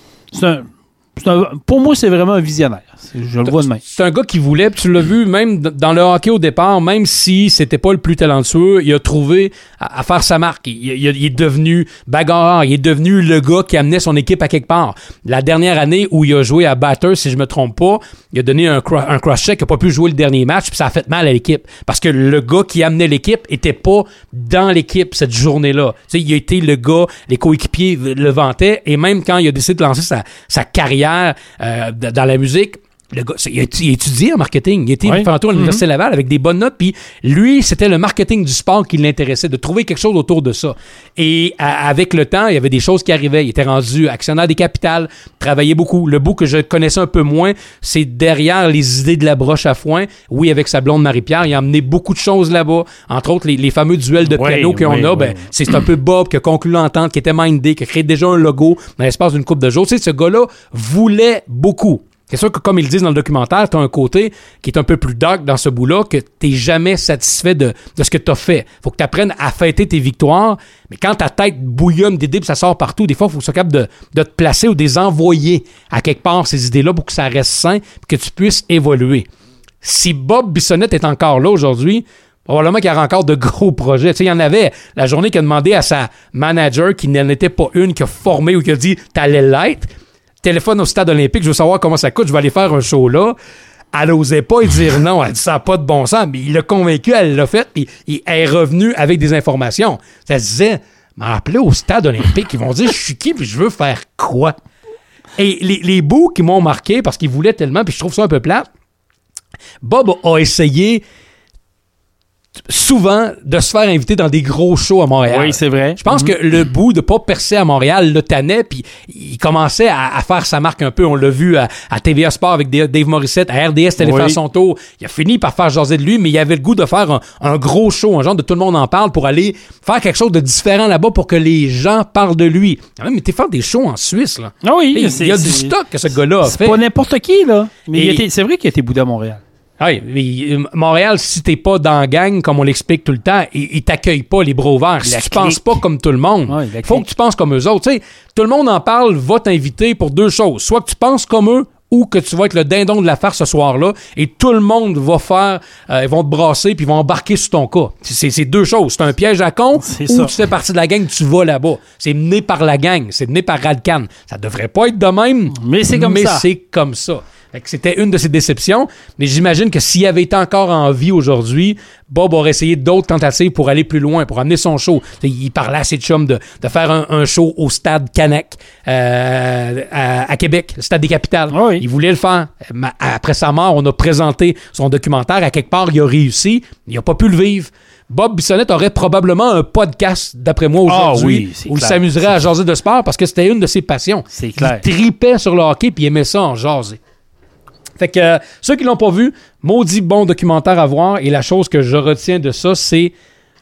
Pour moi, c'est vraiment un visionnaire. Je le vois de même. C'est un gars qui voulait, puis tu l'as vu, même dans le hockey au départ, même si c'était pas le plus talentueux, il a trouvé à faire sa marque. Il est devenu bagarreur, il est devenu le gars qui amenait son équipe à quelque part. La dernière année où il a joué à Batters, si je me trompe pas, il a donné un cross-check, il n'a pas pu jouer le dernier match, puis ça a fait mal à l'équipe. Parce que le gars qui amenait l'équipe était pas dans l'équipe cette journée-là. Tu sais, il a été le gars, les coéquipiers le vantaient, et même quand il a décidé de lancer sa carrière dans la musique, le gars, il a étudié en marketing. Il était faire un tour à l'Université Laval avec des bonnes notes. Puis lui, c'était le marketing du sport qui l'intéressait, de trouver quelque chose autour de ça. Et avec le temps, il y avait des choses qui arrivaient. Il était rendu actionnaire des capitales, travaillait beaucoup. Le bout que je connaissais un peu moins, c'est derrière les idées de la broche à foin. Oui, avec sa blonde Marie-Pierre, il a amené beaucoup de choses là-bas. Entre autres, les fameux duels de piano qu'on a. C'est un peu Bob qui a conclu l'entente, qui était mindé, qui a créé déjà un logo dans l'espace d'une couple de jours. Tu sais, ce gars-là voulait beaucoup. C'est sûr que, comme ils le disent dans le documentaire, t'as un côté qui est un peu plus dark dans ce bout-là, que t'es jamais satisfait de ce que t'as fait. Faut que t'apprennes à fêter tes victoires, mais quand ta tête bouillonne d'idées puis ça sort partout, des fois, il faut que tu sois capable de te placer ou de les envoyer à quelque part, ces idées-là, pour que ça reste sain et que tu puisses évoluer. Si Bob Bissonnette est encore là aujourd'hui, probablement qu'il y aura encore de gros projets. Tu sais, il y en avait la journée qu'il a demandé à sa manager, qui n'en était pas une, qui a formé ou qui a dit « t'allais l'être », téléphone au stade olympique, je veux savoir comment ça coûte, je vais aller faire un show là. Elle n'osait pas lui dire non, elle dit ça n'a pas de bon sens, mais il l'a convaincu, elle l'a fait, puis elle est revenue avec des informations. Ça se disait, m'appeler au stade olympique, ils vont dire je suis qui, puis je veux faire quoi? Et les bouts qui m'ont marqué, parce qu'ils voulaient tellement, puis je trouve ça un peu plate, Bob a essayé souvent de se faire inviter dans des gros shows à Montréal. Oui, c'est vrai. Je pense que le bout de pas percer à Montréal le tannait, puis il commençait à faire sa marque un peu. On l'a vu à TVA Sport avec Dave Morissette, à RDS, allait faire son tour. Il a fini par faire jaser de lui, mais il avait le goût de faire un gros show, un genre de tout le monde en parle, pour aller faire quelque chose de différent là-bas pour que les gens parlent de lui. Mais t'es faire des shows en Suisse, là. Ah oui, il y a du stock que ce gars-là a fait. C'est pas n'importe qui, là. Mais c'est vrai qu'il a été boudé à Montréal. Oui, mais Montréal, si t'es pas dans la gang, comme on l'explique tout le temps, ils t'accueillent pas les bras ouverts. Si tu penses pas comme tout le monde, il faut que tu penses comme eux autres. Tu sais, tout le monde en parle, va t'inviter pour deux choses. Soit que tu penses comme eux, ou que tu vas être le dindon de la farce ce soir-là, et tout le monde va faire, ils vont te brasser, puis ils vont embarquer sur ton cas. C'est deux choses. C'est un piège à con, ou tu fais partie de la gang, tu vas là-bas. C'est mené par la gang, c'est mené par Radcan. Ça devrait pas être de même, mais c'est comme ça. Fait que c'était une de ses déceptions, mais j'imagine que s'il avait été encore en vie aujourd'hui, Bob aurait essayé d'autres tentatives pour aller plus loin, pour amener son show. Il parlait à ses chums de faire un show au stade Canac à Québec, le stade des capitales. Oui. Il voulait le faire. Après sa mort, on a présenté son documentaire. À quelque part, il a réussi. Il n'a pas pu le vivre. Bob Bissonnette aurait probablement un podcast, d'après moi, aujourd'hui, où il s'amuserait à jaser de sport, parce que c'était une de ses passions. C'est clair. Il tripait sur le hockey puis il aimait ça en jaser. Fait que ceux qui l'ont pas vu, maudit bon documentaire à voir, et la chose que je retiens de ça, c'est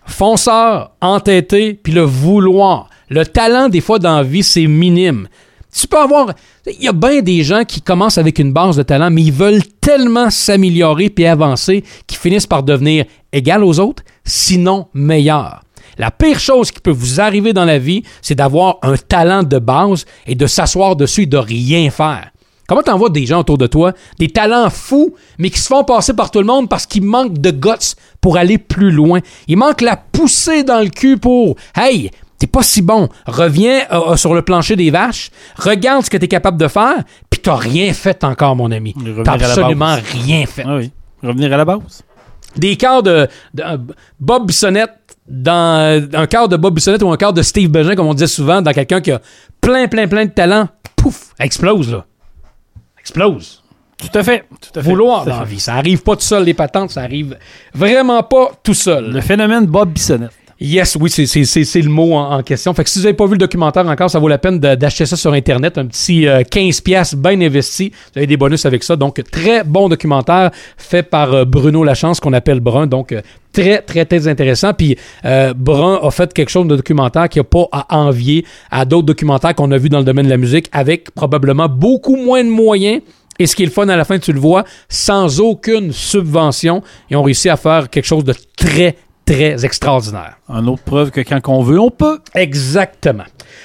fonceur, entêté, puis le vouloir. Le talent, des fois, dans la vie, c'est minime. Tu peux avoir... Il y a bien des gens qui commencent avec une base de talent, mais ils veulent tellement s'améliorer puis avancer qu'ils finissent par devenir égal aux autres, sinon meilleurs. La pire chose qui peut vous arriver dans la vie, c'est d'avoir un talent de base et de s'asseoir dessus et de rien faire. Comment t'en vois des gens autour de toi, des talents fous, mais qui se font passer par tout le monde parce qu'ils manquent de guts pour aller plus loin. Il manque la poussée dans le cul pour « Hey, t'es pas si bon, reviens sur le plancher des vaches, regarde ce que t'es capable de faire, puis t'as rien fait encore, mon ami. T'as absolument rien fait. » Ah oui, revenir à la base. Des quarts de Bob Bissonnette dans un quart de Bob Bissonnette ou un quart de Steve Bégin, comme on disait souvent, dans quelqu'un qui a plein de talent, pouf, explose, là. Explose. Tout à fait. Vouloir dans la vie. Ça arrive pas tout seul, les patentes, ça arrive vraiment pas tout seul. Le phénomène Bob Bissonnette. Yes, oui, c'est le mot en question. Fait que si vous n'avez pas vu le documentaire encore, ça vaut la peine d'acheter ça sur Internet. Un petit 15$ bien investi. Vous avez des bonus avec ça. Donc, très bon documentaire fait par Bruno Lachance, qu'on appelle Brun. Donc, très intéressant. Puis, Brun a fait quelque chose de documentaire qui n'a pas à envier à d'autres documentaires qu'on a vus dans le domaine de la musique avec probablement beaucoup moins de moyens. Et ce qui est le fun à la fin, tu le vois, sans aucune subvention. Ils ont réussi à faire quelque chose de très extraordinaire. Une autre preuve que quand on veut, on peut. Exactement.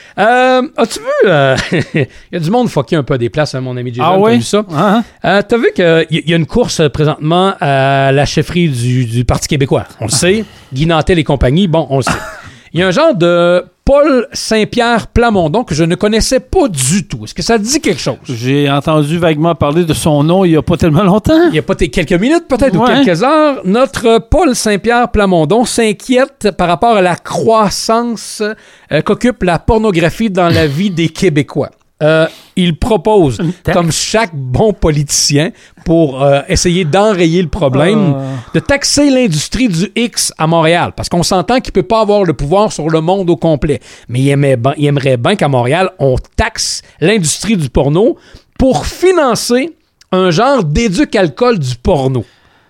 As-tu vu... Il y a du monde fucké un peu des places, hein, mon ami Jason. Ah oui? T'as vu ça? Uh-huh. T'as vu qu'il y a une course présentement à la chefferie du Parti québécois. On le sait. Guy Nantel et compagnie, bon, on le sait. Il y a un genre de Paul Saint-Pierre Plamondon que je ne connaissais pas du tout. Est-ce que ça te dit quelque chose? J'ai entendu vaguement parler de son nom il n'y a pas tellement longtemps. Il y a pas quelques minutes peut-être ou Ouais. quelques heures. Notre Paul Saint-Pierre Plamondon s'inquiète par rapport à la croissance qu'occupe la pornographie dans la vie des Québécois. Il propose, comme chaque bon politicien, pour essayer d'enrayer le problème, de taxer l'industrie du X à Montréal. Parce qu'on s'entend qu'il ne peut pas avoir le pouvoir sur le monde au complet. Mais il aimerait bien qu'à Montréal, on taxe l'industrie du porno pour financer un genre d'éduc-alcool du porno.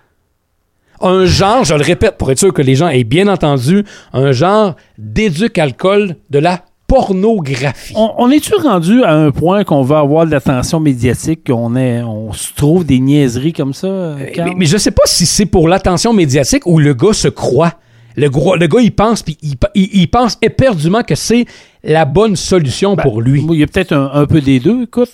Un genre, je le répète pour être sûr que les gens aient bien entendu, un genre d'éduc-alcool de la pornographie. On est-tu rendu à un point qu'on va avoir de l'attention médiatique, on se trouve des niaiseries comme ça, Carl? Mais je sais pas si c'est pour l'attention médiatique ou le gars se croit. Le gars, il pense, puis il pense éperdument que c'est la bonne solution pour lui. Il y a peut-être un peu des deux. Écoute,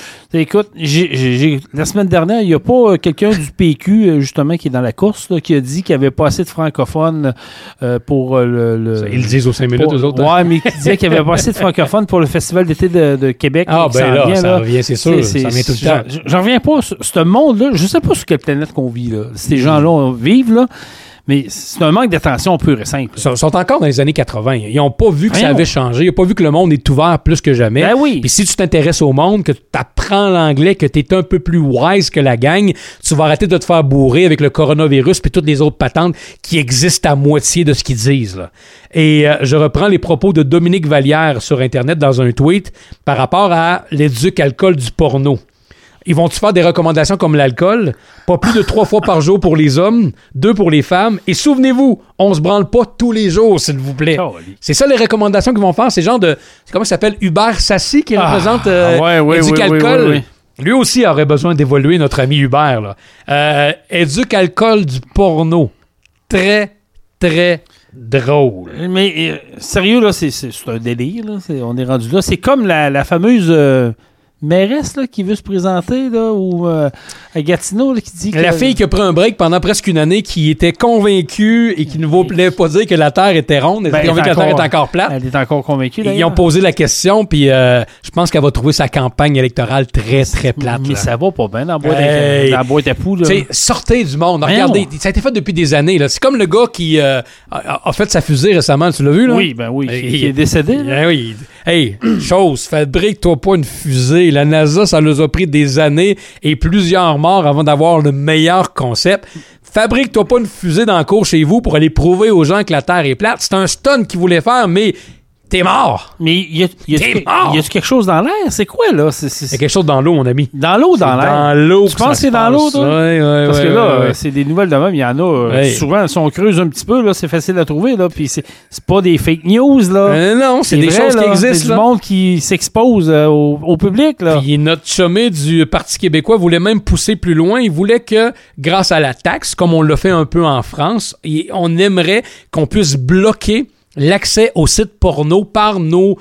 la semaine dernière, il n'y a pas quelqu'un du PQ, justement, qui est dans la course, là, qui a dit qu'il n'y avait pas assez de francophones pour le... Ils le disent aux 5 minutes, eux autres. Ouais, mais qui disait qu'il n'y avait pas assez de francophones pour le Festival d'été de Québec. Ah, ben là, ça revient, c'est sûr. Ça vient tout le temps. J'en reviens pas. Ce monde-là, je sais pas sur quelle planète qu'on vit, là. Ces gens-là vivent, là. Mais c'est un manque d'attention pur et simple. Ils sont encore dans les années 80. Ils n'ont pas vu que ça avait changé. Ils n'ont pas vu que le monde est ouvert plus que jamais. Ben oui. Puis si tu t'intéresses au monde, que tu apprends l'anglais, que tu es un peu plus wise que la gang, tu vas arrêter de te faire bourrer avec le coronavirus puis toutes les autres patentes qui existent à moitié de ce qu'ils disent. Là. Et je reprends les propos de Dominique Vallière sur Internet dans un tweet par rapport à l'éduc-alcool du porno. Ils vont-tu faire des recommandations comme l'alcool? Pas plus de 3 fois par jour pour les hommes, 2 pour les femmes. Et souvenez-vous, on se branle pas tous les jours, s'il vous plaît. C'est ça les recommandations qu'ils vont faire. C'est genre de... Comment ça s'appelle? Hubert Sassi qui représente Éduc-alcool. Oui. Lui aussi aurait besoin d'évoluer, notre ami Hubert. Éduc-alcool du porno. Très drôle. Mais sérieux, là, c'est un délire. Là. On est rendu là. C'est comme la fameuse... mairesse là, qui veut se présenter là, ou à Gatineau là, qui dit que... La fille qui a pris un break pendant presque une année, qui était convaincue et qui ne voulait pas dire que la Terre était ronde, elle était convaincue que la Terre est encore plate. Elle est encore convaincue. Ils ont posé la question, puis je pense qu'elle va trouver sa campagne électorale très plate. Mais là. ça va pas bien dans la boîte à poux. Sortez du monde. Regardez, ça a été fait depuis des années. Là. C'est comme le gars qui a fait sa fusée récemment, tu l'as vu? Là? Oui, qui est décédé. Là. Oui. Hey, fabrique-toi pas une fusée. La NASA, ça nous a pris des années et plusieurs morts avant d'avoir le meilleur concept. Fabrique-toi pas une fusée dans le cours chez vous pour aller prouver aux gens que la Terre est plate. C'est un stunt qu'ils voulaient faire, mais T'es mort! Mais y a-tu quelque chose dans l'air? C'est quoi, là? Il y a quelque chose dans l'eau, mon ami. Dans l'eau, dans l'air? Dans l'eau. Tu penses que c'est dans l'eau, toi? Oui. Parce que là, c'est des nouvelles de même. Il y en a, Ouais. souvent, si on creuse un petit peu, là, c'est facile à trouver, là. Puis c'est pas des fake news, là. Non, c'est des vrai, choses là. qui existent, C'est du là. monde qui s'expose au public, là. Puis notre chumé du Parti québécois voulait même pousser plus loin. Il voulait que, grâce à la taxe, comme on l'a fait un peu en France, on aimerait qu'on puisse bloquer l'accès aux sites porno par nos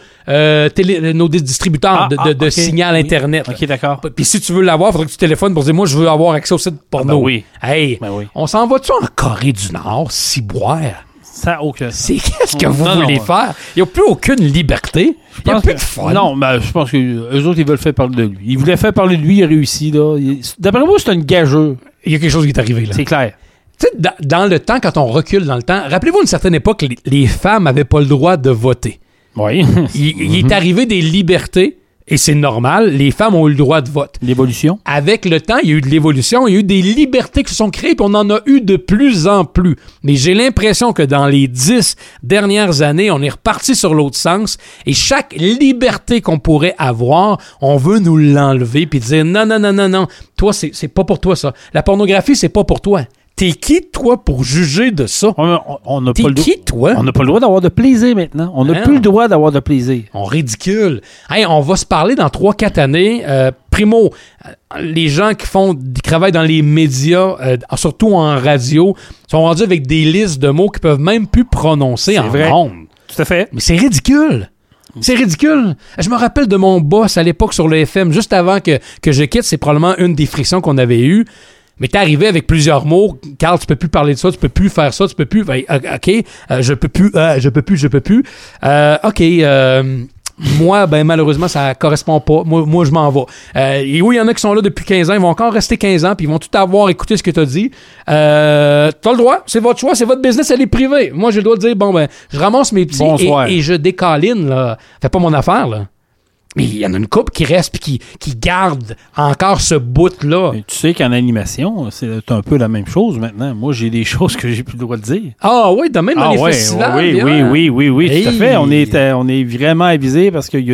distributeurs de signal Internet. OK, d'accord. Puis si tu veux l'avoir, il faudrait que tu téléphones pour dire « Moi, je veux avoir accès aux sites porno. ben oui. Hey, Ben oui. on s'en va-tu en Corée du Nord, ciboire? Ça n'a aucun sens. Qu'est-ce que vous Non, voulez non. faire? Il n'y a plus aucune liberté. Il n'y a plus de fun. Non, mais je pense qu'eux autres, ils veulent faire parler de lui. Ils voulaient faire parler de lui, il a réussi, là. D'après moi, c'est une gageure. Il y a quelque chose qui est arrivé, là. C'est clair. Tu sais, dans le temps, quand on recule dans le temps, rappelez-vous, à une certaine époque, les femmes n'avaient pas le droit de voter. Oui. Il est arrivé des libertés, et c'est normal, les femmes ont eu le droit de vote. L'évolution. Avec le temps, il y a eu de l'évolution, il y a eu des libertés qui se sont créées, puis on en a eu de plus en plus. Mais j'ai l'impression que dans les 10 dernières années, on est reparti sur l'autre sens, et chaque liberté qu'on pourrait avoir, on veut nous l'enlever, puis dire non, toi, c'est pas pour toi ça. La pornographie, c'est pas pour toi. T'es qui, toi, pour juger de ça? On n'a T'es pas le droit. qui, toi? On n'a pas le droit d'avoir de plaisir maintenant. On n'a plus le droit d'avoir de plaisir. On ridicule. Hey, on va se parler dans 3-4 années. Primo, les gens qui travaillent dans les médias, surtout en radio, sont rendus avec des listes de mots qu'ils peuvent même plus prononcer en ondes. Tout à fait. Mais c'est ridicule. C'est ridicule. Je me rappelle de mon boss à l'époque sur le FM, juste avant que je quitte. C'est probablement une des frictions qu'on avait eues. Mais t'es arrivé avec plusieurs mots. Carl, tu peux plus parler de ça, tu peux plus faire ça, tu peux plus. OK, je peux plus. OK, moi, malheureusement, ça correspond pas. Moi je m'en vais. Et oui, il y en a qui sont là depuis 15 ans, ils vont encore rester 15 ans, puis ils vont tout avoir écouté ce que t'as dit. T'as le droit, c'est votre choix, c'est votre business, elle est privée. Moi, j'ai le droit de dire, je ramasse mes petits et je décaline, là. Fais pas mon affaire, là. Mais il y en a une couple qui reste puis qui garde encore ce bout-là. Mais tu sais qu'en animation, c'est un peu la même chose maintenant. Moi, j'ai des choses que j'ai plus le droit de dire. Ah oui, de même dans les festivals. Oui, tout à fait. On est vraiment avisé parce qu'il y a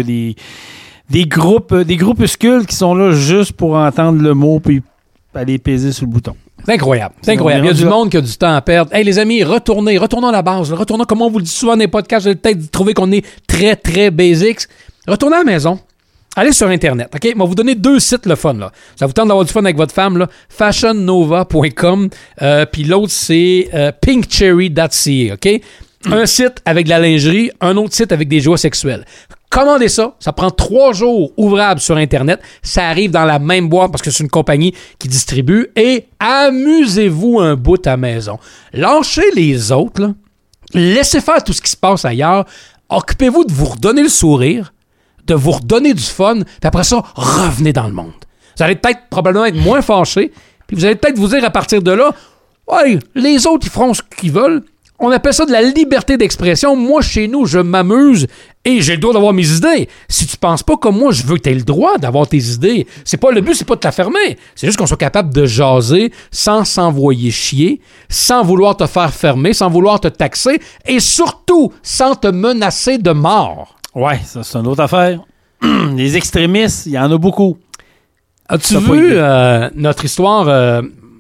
des groupuscules qui sont là juste pour entendre le mot puis aller peser sur le bouton. C'est incroyable. C'est incroyable. Il y a du monde qui a du temps à perdre. Hey, les amis, retournons à la base. Retournons, comme on vous le dit souvent dans les podcasts, vous allez peut-être trouver qu'on est très, très basics. Retournez à la maison. Allez sur Internet, OK? Je vais vous donner 2 sites, le fun, là. Ça vous tente d'avoir du fun avec votre femme, là. FashionNova.com. Puis l'autre, c'est pinkcherry.ca, OK? Un site avec de la lingerie, un autre site avec des jouets sexuels. Commandez ça. Ça prend 3 jours ouvrables sur Internet. Ça arrive dans la même boîte parce que c'est une compagnie qui distribue. Et amusez-vous un bout à la maison. Lâchez les autres, là. Laissez faire tout ce qui se passe ailleurs. Occupez-vous de vous redonner le sourire, de vous redonner du fun, puis après ça, revenez dans le monde. Vous allez peut-être probablement être moins fâchés, puis vous allez peut-être vous dire à partir de là, ouais, les autres, ils feront ce qu'ils veulent. On appelle ça de la liberté d'expression. Moi, chez nous, je m'amuse et j'ai le droit d'avoir mes idées. Si tu penses pas comme moi, je veux que tu aies le droit d'avoir tes idées. Le but, c'est pas de te la fermer. C'est juste qu'on soit capable de jaser sans s'envoyer chier, sans vouloir te faire fermer, sans vouloir te taxer et surtout sans te menacer de mort. Ouais, ça, c'est une autre affaire. Les extrémistes, il y en a beaucoup. As-tu vu notre histoire...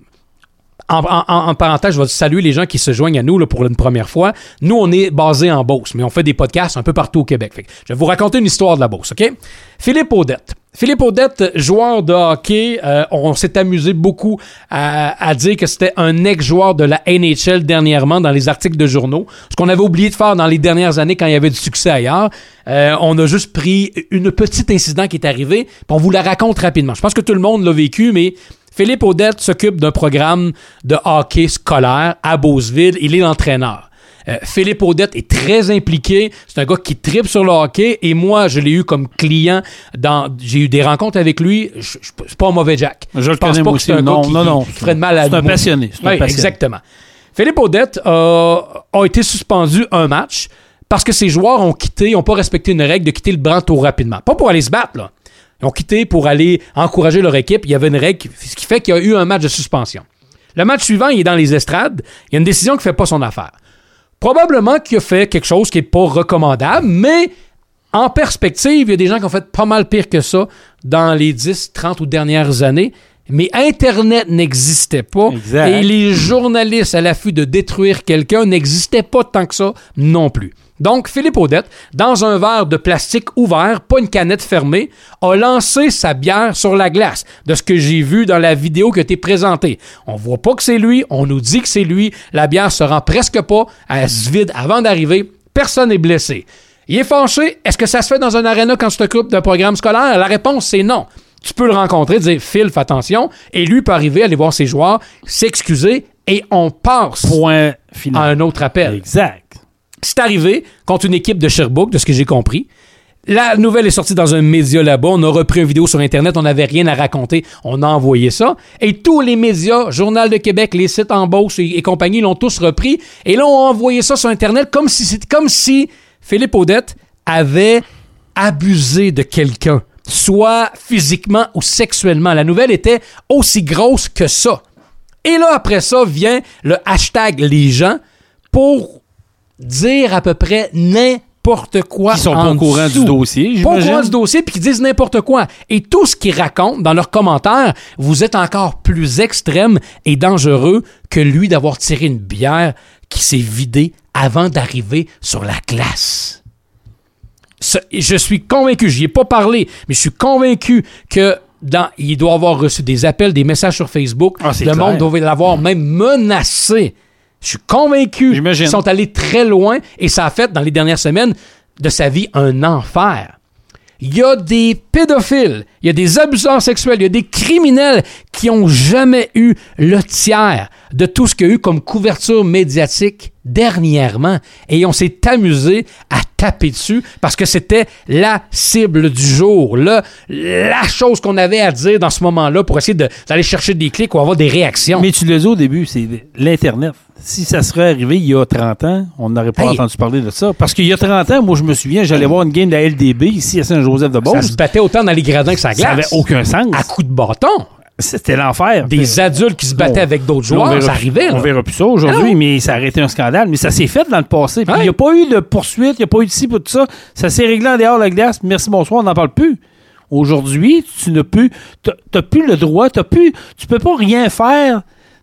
En parenthèse, je vais saluer les gens qui se joignent à nous là, pour une première fois. Nous, on est basé en Beauce, mais on fait des podcasts un peu partout au Québec. Je vais vous raconter une histoire de la Beauce, OK? Philippe Audette, joueur de hockey, on s'est amusé beaucoup à dire que c'était un ex-joueur de la NHL dernièrement dans les articles de journaux. Ce qu'on avait oublié de faire dans les dernières années quand il y avait du succès ailleurs. On a juste pris une petite incident qui est arrivé, puis on vous la raconte rapidement. Je pense que tout le monde l'a vécu, mais... Philippe Audette s'occupe d'un programme de hockey scolaire à Beauceville. Il est l'entraîneur. Philippe Audette est très impliqué. C'est un gars qui tripe sur le hockey. Et moi, je l'ai eu comme client. J'ai eu des rencontres avec lui. C'est pas un mauvais Jack. Je le connais moi aussi. Non. Qui ferait de mal à C'est un passionné. Exactement. Philippe Audette a été suspendu un match parce que ses joueurs n'ont pas respecté une règle de quitter le banc trop rapidement. Pas pour aller se battre, là. Ils ont quitté pour aller encourager leur équipe. Il y avait une règle, ce qui fait qu'il y a eu un match de suspension. Le match suivant, il est dans les estrades. Il y a une décision qui ne fait pas son affaire. Probablement qu'il a fait quelque chose qui n'est pas recommandable, mais en perspective, il y a des gens qui ont fait pas mal pire que ça dans les 10, 30 ou dernières années. Mais Internet n'existait pas. Exact. Et les journalistes à l'affût de détruire quelqu'un n'existaient pas tant que ça non plus. Donc, Philippe Audette, dans un verre de plastique ouvert, pas une canette fermée, a lancé sa bière sur la glace, de ce que j'ai vu dans la vidéo qui a été présentée. On voit pas que c'est lui, on nous dit que c'est lui, la bière se rend presque pas, elle se vide avant d'arriver, personne n'est blessé. Il est fâché, est-ce que ça se fait dans un aréna quand tu t'occupes d'un programme scolaire? La réponse, c'est non. Tu peux le rencontrer, dire « Phil, fais attention », et lui peut arriver, aller voir ses joueurs, s'excuser, et on passe Point final. à un autre appel. Exact. C'est arrivé contre une équipe de Sherbrooke, de ce que j'ai compris. La nouvelle est sortie dans un média là-bas. On a repris une vidéo sur Internet. On n'avait rien à raconter. On a envoyé ça. Et tous les médias, Journal de Québec, les sites en Beauce et compagnie, l'ont tous repris. Et là, on a envoyé ça sur Internet comme si Philippe Audette avait abusé de quelqu'un, soit physiquement ou sexuellement. La nouvelle était aussi grosse que ça. Et là, après ça, vient le hashtag les gens pour dire à peu près n'importe quoi. Qui sont pas au courant du dossier, Pas au j'imagine. courant du dossier, puis qui disent n'importe quoi. Et tout ce qu'ils racontent dans leurs commentaires, vous êtes encore plus extrême et dangereux que lui d'avoir tiré une bière qui s'est vidée avant d'arriver sur la glace. Je suis convaincu, j'y ai pas parlé, mais je suis convaincu que il doit avoir reçu des appels, des messages sur Facebook. C'est le clair. monde doit l'avoir même menacé. Je suis convaincu J'imagine. qu'ils sont allés très loin et ça a fait, dans les dernières semaines, de sa vie un enfer. Il y a des pédophiles, il y a des abuseurs sexuels, il y a des criminels qui n'ont jamais eu le tiers de tout ce qu'il y a eu comme couverture médiatique dernièrement. Et on s'est amusé à taper dessus parce que c'était la cible du jour, la chose qu'on avait à dire dans ce moment-là pour essayer d'aller chercher des clics ou avoir des réactions. Mais tu l'as dit au début, c'est l'Internet. Si ça serait arrivé il y a 30 ans, on n'aurait pas entendu parler de ça. Parce qu'il y a 30 ans, moi, je me souviens, j'allais voir une game de la LDB ici à Saint-Joseph-de-Beauce. Ça se battait autant dans les gradins que ça glace. Ça n'avait aucun sens. À coups de bâton. C'était l'enfer. Des adultes qui se battaient avec d'autres joueurs, ça arrivait. On verra plus ça aujourd'hui, mais ça aurait été un scandale. Mais ça s'est fait dans le passé. Puis il n'y a pas eu de poursuite, il n'y a pas eu de ci, pas de ça. Ça s'est réglé en dehors de la glace. Merci, bonsoir, on n'en parle plus. Aujourd'hui, tu n'as plus, t'as plus le droit, tu peux pas rien faire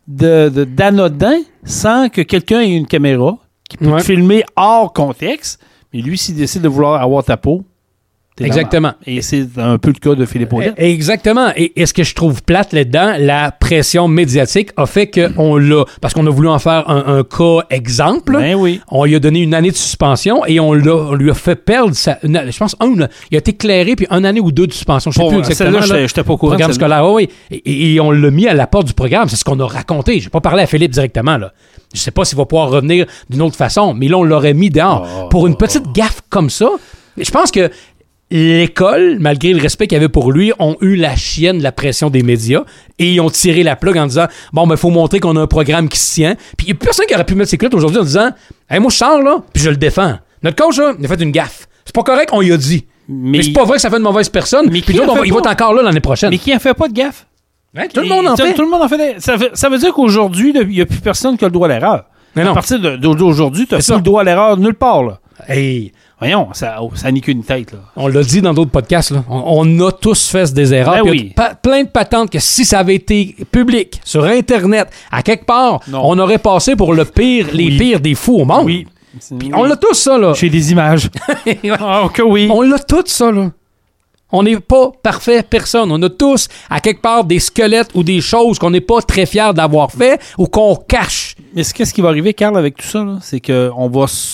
d'anodin sans que quelqu'un ait une caméra qui peut te filmer hors contexte. Mais lui, s'il décide de vouloir avoir ta peau, exactement. Et c'est un peu le cas de Philippe Audette. Exactement. Et ce que je trouve plate là-dedans, la pression médiatique a fait qu'on l'a, parce qu'on a voulu en faire un cas exemple, ben oui. On lui a donné une année de suspension et on lui a fait perdre, je pense, il a été clairé, puis 1 année ou 2 de suspension. Je sais plus exactement. Celle-là, j'étais pas au courant. Programme scolaire, oui. Et on l'a mis à la porte du programme. C'est ce qu'on a raconté. Je n'ai pas parlé à Philippe directement, là. Je sais pas s'il va pouvoir revenir d'une autre façon, mais là, on l'aurait mis dehors. Pour une petite gaffe comme ça, je pense que l'école, malgré le respect qu'il y avait pour lui, ont eu la chienne de la pression des médias et ils ont tiré la plug en disant « Bon, ben, faut montrer qu'on a un programme qui se tient. » Puis il n'y a personne qui aurait pu mettre ses culottes aujourd'hui en disant « Hey, moi, je sors, là, puis je le défends. Notre coach, là, il a fait une gaffe. C'est pas correct, on y a dit. Mais c'est pas vrai que ça fait une mauvaise personne. Puis l'autre, il va être encore là l'année prochaine. » Mais qui en fait pas de gaffe? Ouais, tout le monde en fait. Tout le monde en fait. Ça veut dire qu'aujourd'hui, il n'y a plus personne qui a le droit à l'erreur. Mais non. À partir d'aujourd'hui, tu n'as plus le droit à l'erreur nulle part, là. Hey. Voyons, ça n'a ni qu'une tête, là. On l'a dit dans d'autres podcasts, là. On a tous fait des erreurs. Ben oui. Plein de patentes que si ça avait été public, sur Internet, à quelque part, on aurait passé pour les pires des fous au monde. Oui. Puis on l'a tous, ça, là. J'ai des images. Oh, que oui. On l'a tous, ça, là. On n'est pas parfait, personne. On a tous, à quelque part, des squelettes ou des choses qu'on n'est pas très fiers d'avoir fait ou qu'on cache. Mais qu'est-ce qui va arriver, Carl, avec tout ça, là? C'est qu'on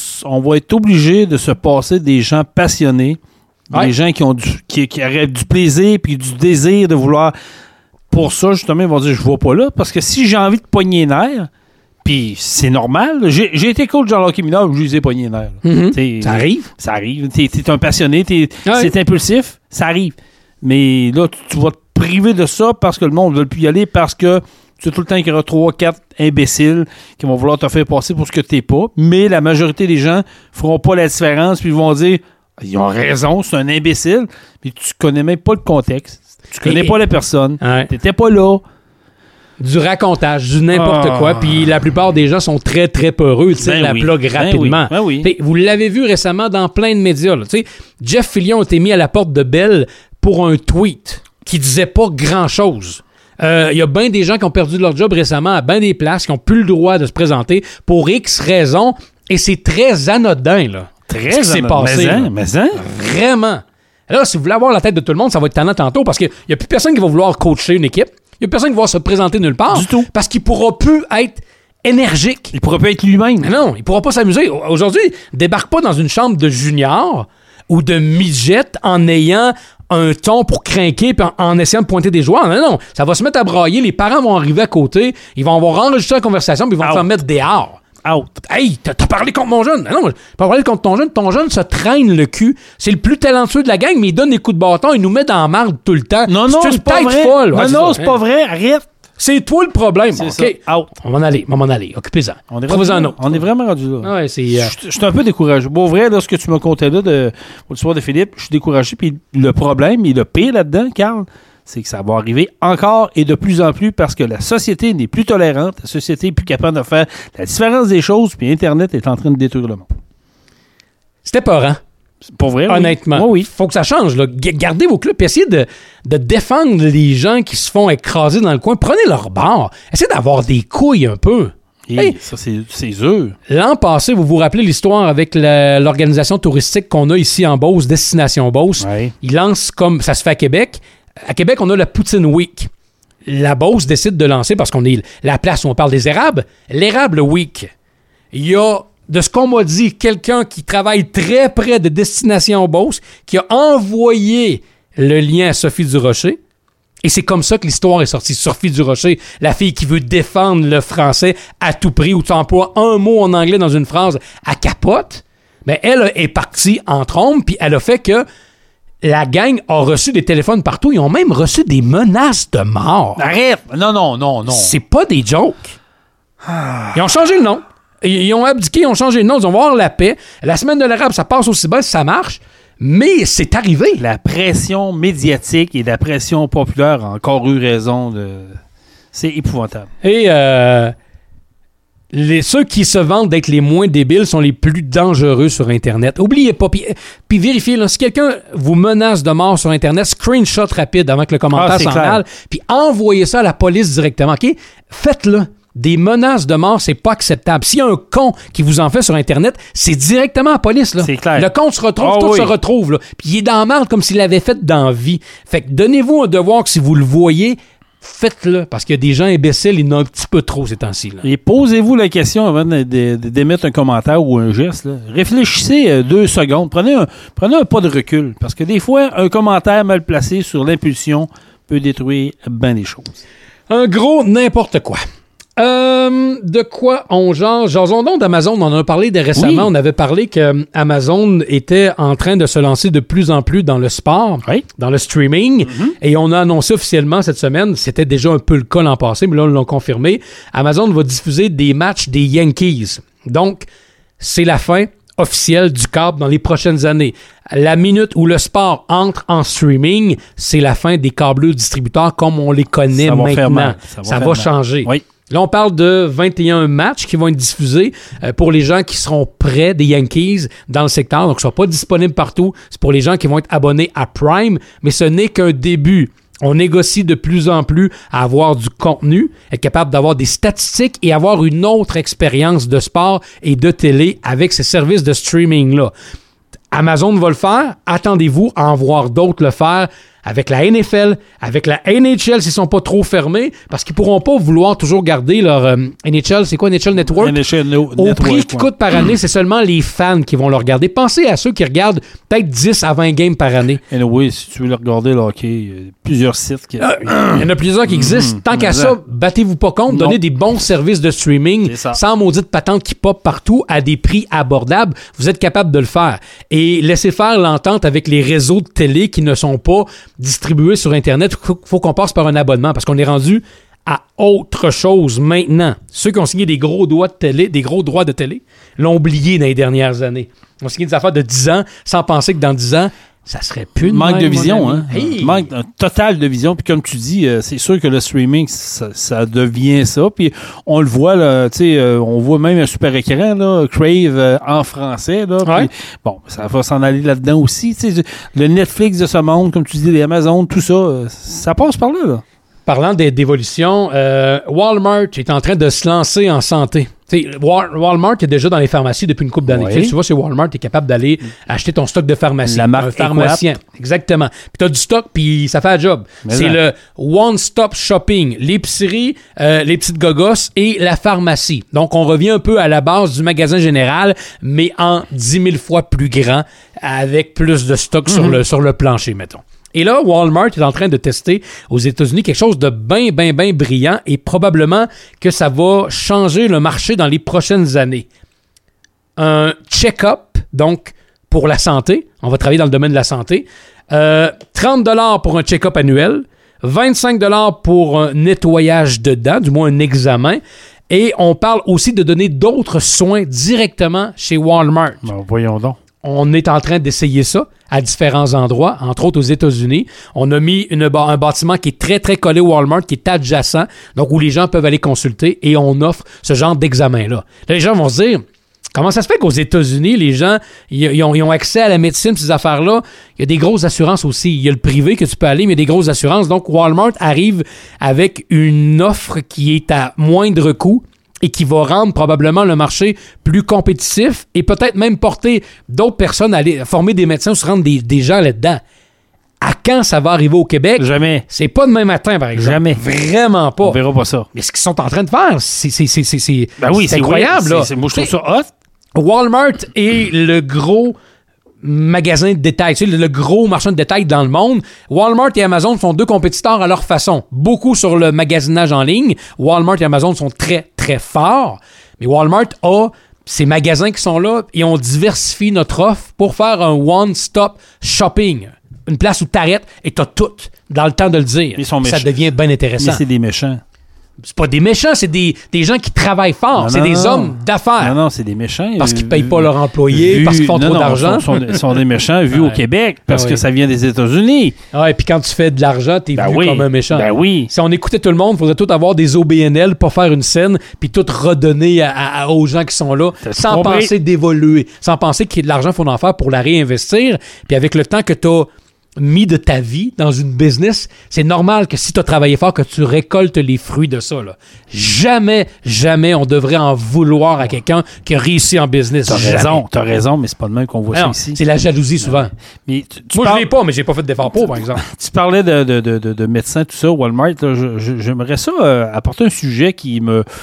va être obligé de se passer des gens passionnés, des gens qui auraient du plaisir puis du désir de vouloir. Pour ça, justement, ils vont dire, je ne vais pas là, parce que si j'ai envie de pogner les nerfs, puis c'est normal. J'ai été coach dans l'hockey mineur, je lui ai pogné les nerfs. Mm-hmm. Ça arrive. Ça arrive. T'es un passionné, c'est impulsif, ça arrive. Mais là, tu vas te priver de ça parce que le monde ne veut plus y aller, parce que tu sais tout le temps qu'il y aura 3-4 imbéciles qui vont vouloir te faire passer pour ce que t'es pas. Mais la majorité des gens feront pas la différence, puis ils vont dire, ils ont raison, c'est un imbécile, puis tu connais même pas le contexte. Tu connais pas la personne. T'étais pas là. Du racontage, du n'importe quoi. Puis la plupart des gens sont très, très peureux. Tu sais, plug rapidement. Vous l'avez vu récemment dans plein de médias. Là, Jeff Fillion a été mis à la porte de Bell pour un tweet qui disait pas grand-chose. Il y a bien des gens qui ont perdu leur job récemment à bien des places, qui n'ont plus le droit de se présenter pour X raisons. Et c'est très anodin, là. Très ce qui s'est passé. Mais vraiment. Alors, si vous voulez avoir la tête de tout le monde, ça va être tannant tantôt parce qu'il n'y a plus personne qui va vouloir coacher une équipe. Il n'y a personne qui va se présenter nulle part. Du tout. Parce qu'il ne pourra plus être énergique. Il ne pourra plus être lui-même. Mais non, il ne pourra pas s'amuser. Aujourd'hui, débarque pas dans une chambre de junior ou de midget en ayant un ton pour craquer puis en essayant de pointer des joueurs. Non, ça va se mettre à brailler. Les parents vont arriver à côté. Ils vont avoir enregistré la conversation puis ils vont te faire mettre dehors. Out. Hey, t'as parlé contre mon jeune. Non, pas parlé contre ton jeune. Ton jeune se traîne le cul. C'est le plus talentueux de la gang, mais il donne des coups de bâton. Il nous met dans la marde tout le temps. Non, c'est pas vrai. Folle. C'est pas vrai. Arrête. C'est toi le problème. C'est OK. Ça. Out. On va m'en aller. Occupez-en. On est vraiment rendu là. Ouais, je suis un peu découragé. Bon, vrai, là, ce que tu me contais là pour l'histoire de Philippe, je suis découragé. Puis le problème, et le pire là-dedans, Carl, c'est que ça va arriver encore et de plus en plus parce que la société n'est plus tolérante, la société n'est plus capable de faire la différence des choses, puis Internet est en train de détruire le monde. C'était peurant. C'est pas vrai, honnêtement. Oui. Faut que ça change. Là. Gardez vos clubs et essayez de défendre les gens qui se font écraser dans le coin. Prenez leur bord. Essayez d'avoir des couilles un peu. Ça, c'est eux. L'an passé, vous vous rappelez l'histoire avec l'organisation touristique qu'on a ici en Beauce, Destination Beauce. Ouais. Ils lancent comme ça se fait à Québec. À Québec, on a la Poutine Week. La Beauce décide de lancer, parce qu'on est la place où on parle des érables, l'Érable Week. Il y a, de ce qu'on m'a dit, quelqu'un qui travaille très près de Destination Beauce, qui a envoyé le lien à Sophie Durocher. Et c'est comme ça que l'histoire est sortie. Sophie Durocher, la fille qui veut défendre le français à tout prix, où tu emploies un mot en anglais dans une phrase, à capote. Mais elle est partie en trompe, puis elle a fait que la gang a reçu des téléphones partout. Ils ont même reçu des menaces de mort. Arrête! Non. C'est pas des jokes. Ils ont changé le nom. Ils ont abdiqué, ils ont changé le nom. Ils vont voir la paix. La semaine de l'Arabe, ça passe aussi bien si ça marche. Mais c'est arrivé. La pression médiatique et la pression populaire a encore eu raison de... C'est épouvantable. Et ceux qui se vantent d'être les moins débiles sont les plus dangereux sur Internet. Oubliez pas. Puis vérifiez, là, si quelqu'un vous menace de mort sur Internet, screenshot rapide avant que le commentaire s'en aille, puis envoyez ça à la police directement. OK? Faites-le. Des menaces de mort, c'est pas acceptable. S'il y a un con qui vous en fait sur Internet, c'est directement à la police. Là. C'est clair. Le con se retrouve, se retrouve. Là. Puis il est dans la merde comme s'il l'avait fait dans la vie. Fait que donnez-vous un devoir que si vous le voyez, faites-le. Parce qu'il y a des gens imbéciles, il y en a un petit peu trop ces temps-ci. Là. Et posez-vous la question avant d'émettre un commentaire ou un geste. Là. Réfléchissez 2 secondes. Prenez un pas de recul. Parce que des fois, un commentaire mal placé sur l'impulsion peut détruire bien des choses. Un gros n'importe quoi. De quoi on jase? Jason donc d'Amazon, on en a parlé récemment. Oui. On avait parlé qu'Amazon était en train de se lancer de plus en plus dans le sport, dans le streaming. Et on a annoncé officiellement cette semaine, c'était déjà un peu le cas l'an passé, mais là, on l'a confirmé. Amazon va diffuser des matchs des Yankees. Donc, c'est la fin officielle du câble dans les prochaines années. La minute où le sport entre en streaming, c'est la fin des câbleux distributeurs comme on les connaît maintenant. Ça va changer. Oui. Là, on parle de 21 matchs qui vont être diffusés pour les gens qui seront près des Yankees dans le secteur. Donc, ils ne sont pas disponibles partout. C'est pour les gens qui vont être abonnés à Prime, mais ce n'est qu'un début. On négocie de plus en plus à avoir du contenu, être capable d'avoir des statistiques et avoir une autre expérience de sport et de télé avec ces services de streaming-là. Amazon va le faire. Attendez-vous à en voir d'autres le faire avec la NFL, avec la NHL s'ils ne sont pas trop fermés, parce qu'ils ne pourront pas vouloir toujours garder leur NHL, c'est quoi NHL Network? Au prix qu'ils coûtent par année, c'est seulement les fans qui vont le regarder. Pensez à ceux qui regardent peut-être 10 à 20 games par année. Oui, si tu veux le regarder, le hockey, il y a plusieurs sites. Il y en a plusieurs qui existent. Tant qu'à ça, battez-vous pas contre, donnez des bons services de streaming sans maudite patente qui pop partout à des prix abordables. Vous êtes capable de le faire. Et laissez faire l'entente avec les réseaux de télé qui ne sont pas distribués sur Internet. Il faut qu'on passe par un abonnement parce qu'on est rendu à autre chose maintenant. Ceux qui ont signé des gros droits de télé l'ont oublié dans les dernières années. Ils ont signé des affaires de 10 ans sans penser que dans 10 ans, Ça serait plus de Manque même, de mon vision, ami. hein? Hey! Manque total de vision. Puis comme tu dis, c'est sûr que le streaming, ça devient ça. Puis on le voit, là, tu sais, on voit même un super écran, là, Crave en français, là. Ouais. Puis, bon, ça va s'en aller là-dedans aussi. Tu sais, le Netflix de ce monde, comme tu dis, les Amazon, tout ça, ça passe par là, là. Parlant d'évolution, Walmart est en train de se lancer en santé. T'sais, Walmart est déjà dans les pharmacies depuis une couple d'années. Oui. Tu vas chez Walmart, tu es capable d'aller acheter ton stock de pharmacie. La marque un pharmacien. Exactement. Puis tu as du stock, puis ça fait la job. Mais c'est non. le one-stop shopping. L'épicerie, les petites gogosses et la pharmacie. Donc, on revient un peu à la base du magasin général, mais en 10 000 fois plus grand, avec plus de stock sur le plancher, mettons. Et là, Walmart est en train de tester aux États-Unis quelque chose de bien brillant et probablement que ça va changer le marché dans les prochaines années. Un check-up, donc pour la santé, on va travailler dans le domaine de la santé, 30$ pour un check-up annuel, 25$ pour un nettoyage de dents, du moins un examen, et on parle aussi de donner d'autres soins directement chez Walmart. Bon, voyons donc. On est en train d'essayer ça à différents endroits, entre autres aux États-Unis. On a mis un bâtiment qui est très, très collé au Walmart, qui est adjacent, donc où les gens peuvent aller consulter et on offre ce genre d'examen-là. Là, les gens vont se dire, comment ça se fait qu'aux États-Unis, les gens ils ont accès à la médecine, ces affaires-là? Il y a des grosses assurances aussi. Il y a le privé que tu peux aller, mais il y a des grosses assurances. Donc, Walmart arrive avec une offre qui est à moindre coût et qui va rendre probablement le marché plus compétitif et peut-être même porter d'autres personnes à aller former des médecins ou se rendre des gens là-dedans. À quand ça va arriver au Québec? Jamais. C'est pas demain matin, par exemple. Jamais. Vraiment pas. On verra pas ça. Mais ce qu'ils sont en train de faire, c'est Ben oui, c'est incroyable. vrai. Là. Moi, je trouve ça hot. Walmart est le gros magasin de détail, tu sais, le gros marchand de détail dans le monde. Walmart et Amazon sont deux compétiteurs à leur façon. Beaucoup sur le magasinage en ligne. Walmart et Amazon sont très, très forts. Mais Walmart a ces magasins qui sont là et on diversifie notre offre pour faire un one-stop shopping. Une place où t'arrêtes et t'as tout dans le temps de le dire. Ils sont Ça méchants. devient bien intéressant. Mais c'est des méchants. C'est pas des méchants, c'est des gens qui travaillent fort. Non, C'est non, des non. hommes d'affaires. Non, c'est des méchants. Parce qu'ils payent pas leurs employés, parce qu'ils font trop d'argent. Sont des méchants vus Ouais. au Québec parce Ah que oui. ça vient des États-Unis. Ouais, puis quand tu fais de l'argent, t'es Ben vu oui. comme un méchant. Ben oui. Si on écoutait tout le monde, il faudrait tout avoir des OBNL pour faire une scène, puis tout redonner aux gens qui sont là, T'as tout sans compris. penser d'évoluer, sans penser qu'il y a de l'argent qu'il faut en faire pour la réinvestir. Puis avec le temps que tu as mis de ta vie dans une business, c'est normal que si tu as travaillé fort, que tu récoltes les fruits de ça. Là. Jamais on devrait en vouloir à quelqu'un qui a réussi en business. T'as raison, mais c'est pas de même qu'on voit Non, ça ici. c'est la jalousie souvent. Mais tu Moi, parles- je l'ai pas, mais j'ai pas fait d'effort pour, par exemple. Tu parlais de médecins, tout ça, Walmart. Là, j'aimerais ça apporter un sujet qui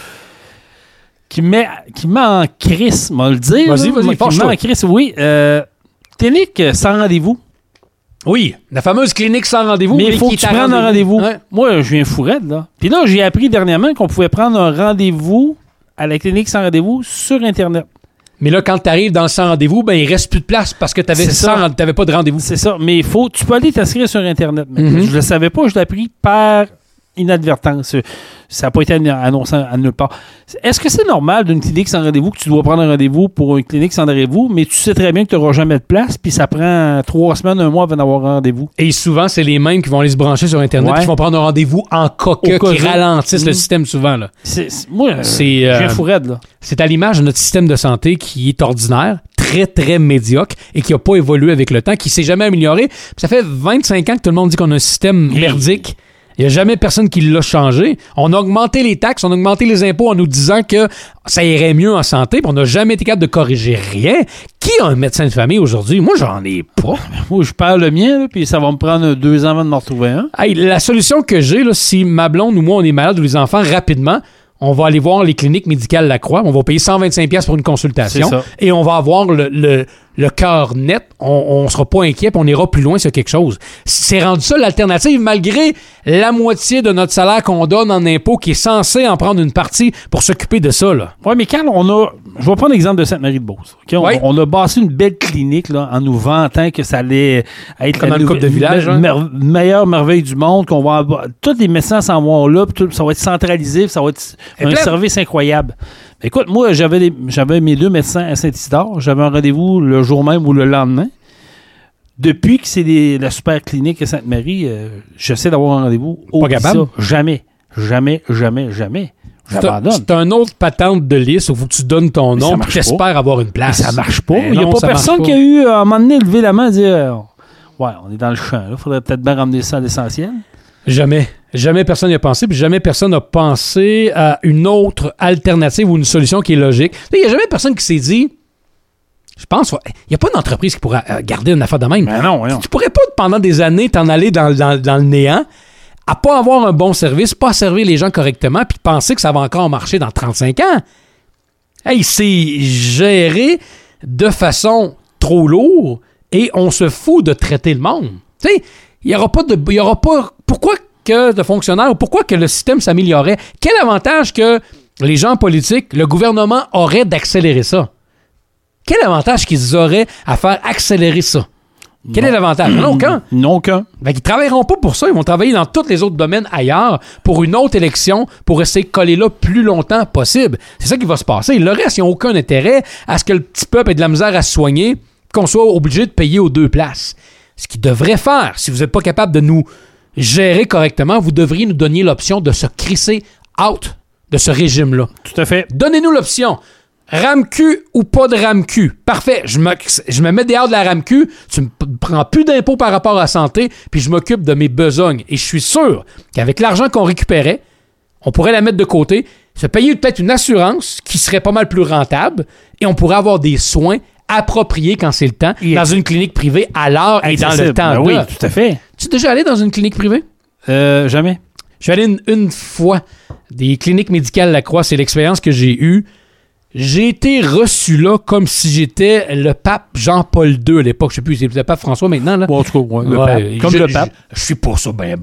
met en crise, on va le dire. Vas-y, là, qui fâche-toi. met en crise, oui. Clinique sans rendez-vous. Oui, la fameuse clinique sans rendez-vous. Mais il faut qui que tu est à prennes un rendez-vous. Ouais. Moi, je viens fourette, là. Puis là, j'ai appris dernièrement qu'on pouvait prendre un rendez-vous à la clinique sans rendez-vous sur Internet. Mais là, quand tu arrives dans le sans rendez-vous, ben il reste plus de place parce que tu n'avais pas de rendez-vous. C'est ça. Mais tu peux aller t'inscrire sur Internet. maintenant. Mhm. Je ne le savais pas, je l'ai appris par inadvertance. Ça n'a pas été annoncé à nulle part. Est-ce que c'est normal d'une clinique sans rendez-vous que tu dois prendre un rendez-vous pour une clinique sans rendez-vous, mais tu sais très bien que tu n'auras jamais de place, puis ça prend 3 semaines, 1 mois avant d'avoir un rendez-vous? Et souvent, c'est les mêmes qui vont aller se brancher sur Internet Ouais. qui vont prendre un rendez-vous en coque, Au cas qui où. ralentissent le Mhm. système souvent. Là. Moi, C'est, je viens fourette, là. C'est à l'image de notre système de santé qui est ordinaire, très, très médiocre et qui n'a pas évolué avec le temps, qui s'est jamais amélioré. Puis ça fait 25 ans que tout le monde dit qu'on a un système merdique. Il n'y a jamais personne qui l'a changé. On a augmenté les taxes, on a augmenté les impôts en nous disant que ça irait mieux en santé, puis on n'a jamais été capable de corriger rien. Qui a un médecin de famille aujourd'hui? Moi, j'en ai pas. Moi, je perds le mien, là, puis ça va me prendre 2 ans avant de m'en retrouver un. Hey, la solution que j'ai, là, si ma blonde ou moi, on est malade ou les enfants, rapidement, on va aller voir les cliniques médicales Lacroix. On va payer 125$ pour une consultation. C'est ça. Et on va avoir le cœur net. On ne sera pas inquiet puis on ira plus loin sur quelque chose. C'est rendu ça l'alternative, malgré la moitié de notre salaire qu'on donne en impôts qui est censé en prendre une partie pour s'occuper de ça. Là. Oui, mais Carl, je vais prendre l'exemple de Sainte-Marie-de-Beauce. OK? Ouais. On a bâti une belle clinique là, en nous vantant que ça allait être Comme dans une coupe de village, hein? meilleure merveille du monde, qu'on va avoir, tous les médecins s'en vont là, puis ça va être centralisé, puis ça va être un plein. service incroyable. Écoute, moi, j'avais mes 2 médecins à Saint-Isidore. J'avais un rendez-vous le jour même ou le lendemain. depuis que c'est la super clinique à Sainte-Marie, j'essaie d'avoir un rendez-vous. Pas capable? Ça. Jamais. J'abandonne. C'est un autre patente de liste où faut que tu donnes ton nom et t'espères avoir une place. Mais ça marche pas. Ben Il n'y a non, pas ça personne marche qui a eu, à un moment donné, levé la main et dire ouais, on est dans le champ. Il faudrait peut-être bien ramener ça à l'essentiel. Jamais personne n'y a pensé, puis jamais personne n'a pensé à une autre alternative ou une solution qui est logique. Il n'y a jamais personne qui s'est dit, je pense, il n'y a pas d'entreprise qui pourra garder une affaire de même. Ben non, voyons. Tu pourrais pas, pendant des années, t'en aller dans le néant, à pas avoir un bon service, pas servir les gens correctement, puis penser que ça va encore marcher dans 35 ans. Hey, c'est géré de façon trop lourde et on se fout de traiter le monde. Tu sais, il n'y aura pas... Pourquoi que de fonctionnaires ou pourquoi que le système s'améliorerait? Quel avantage que les gens politiques, le gouvernement aurait d'accélérer ça? Quel avantage qu'ils auraient à faire accélérer ça? Quel est l'avantage? Aucun. Non, aucun. Ils ne travailleront pas pour ça. Ils vont travailler dans tous les autres domaines ailleurs pour une autre élection pour essayer de coller là plus longtemps possible. C'est ça qui va se passer. Le reste, ils n'ont aucun intérêt à ce que le petit peuple ait de la misère à se soigner, qu'on soit obligé de payer aux deux places. Ce qu'ils devraient faire, si vous n'êtes pas capable de nous gérer correctement, vous devriez nous donner l'option de se crisser out de ce régime-là. Tout à fait. Donnez-nous l'option. RAMQ ou pas de RAMQ. Parfait. Je me mets dehors de la RAMQ. Tu me prends plus d'impôts par rapport à la santé, puis je m'occupe de mes besognes. Et je suis sûr qu'avec l'argent qu'on récupérait, on pourrait la mettre de côté, se payer peut-être une assurance qui serait pas mal plus rentable, et on pourrait avoir des soins appropriés quand c'est le temps, dans une clinique privée à l'heure et dans le temps. Oui, tout à fait. Tu es déjà allé dans une clinique privée? Jamais. Je suis allé une fois. Des cliniques médicales Lacroix, c'est l'expérience que j'ai eue. J'ai été reçu là comme si j'étais le pape Jean-Paul II à l'époque. Je sais plus, c'est le pape François maintenant. Là. Bon, en tout cas, le pape. Comme le pape. Je suis pas ça, ben.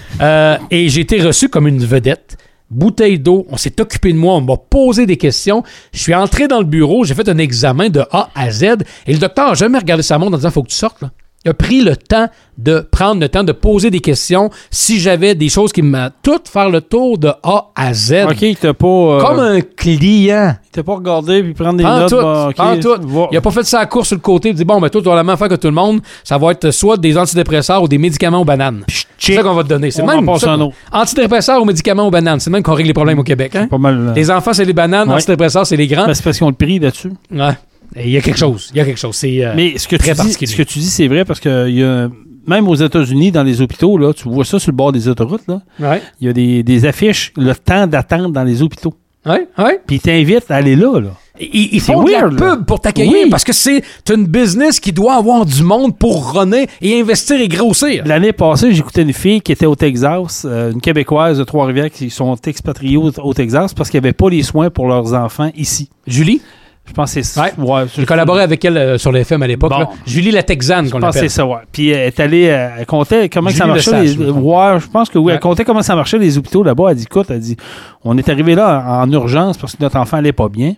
Et j'ai été reçu comme une vedette. Bouteille d'eau, on s'est occupé de moi, on m'a posé des questions. Je suis entré dans le bureau, j'ai fait un examen de A à Z. Et le docteur n'a jamais regardé sa montre en disant « Faut que tu sortes. » Il a pris le temps de prendre le temps de poser des questions. Si j'avais des choses qui m'a tout faire le tour de A à Z. OK, il t'a pas... Comme un client. Il t'a pas regardé puis prendre des En notes. tout. Il a pas fait ça à la course sur le côté. Il dit, bon, ben toi, tu vas la même faire que tout le monde. Ça va être soit des antidépresseurs ou des médicaments aux bananes. C'est ça qu'on va te donner. C'est on même passe ça. un autre. Antidépresseurs ou médicaments aux bananes. C'est même qu'on règle les problèmes au Québec. Hein? Pas mal. Les enfants, c'est les bananes. Ouais. Antidépresseurs, c'est les grands. Ben, c'est parce qu'ils ont le prix là-dessus. Ouais. Il y a quelque chose. C'est Mais ce que très tu dis, particulier. ce que tu dis, c'est vrai parce que il y a, même aux États-Unis, dans les hôpitaux, là, tu vois ça sur le bord des autoroutes, là. Ouais. Il y a des affiches, le temps d'attente dans les hôpitaux. Ouais. Puis ils t'invitent à aller là. Ils C'est font de la weird, là. pub pour t'accueillir Oui. parce que c'est une business qui doit avoir du monde pour runner et investir et grossir. L'année passée, j'écoutais une fille qui était au Texas, une Québécoise de Trois-Rivières qui sont expatriées au Texas parce qu'il n'y avait pas les soins pour leurs enfants ici. Julie? Je pense que c'est Ouais. ouais, J'ai collaboré avec elle sur le FM à l'époque. Bon. Là. Julie la Texane, qu'on Je pense que l'appelle. c'est ça, ouais. Puis elle est allée, elle comptait comment Julie ça marchait. Lesage, je me trompe. Ouais, je pense que oui. Ouais. Elle comptait comment ça marchait les hôpitaux là-bas. Elle dit, écoute, on est arrivé là en urgence parce que notre enfant allait pas bien.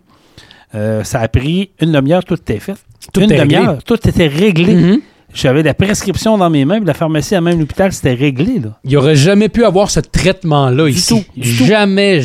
Ça a pris une demi-heure, tout était fait. Tout une est réglé. demi-heure, tout était réglé. Mhm. J'avais la prescription dans mes mains, puis la pharmacie à même l'hôpital, c'était réglé, là. Il n'aurait jamais pu avoir ce traitement-là ici. tout, du tout. Jamais.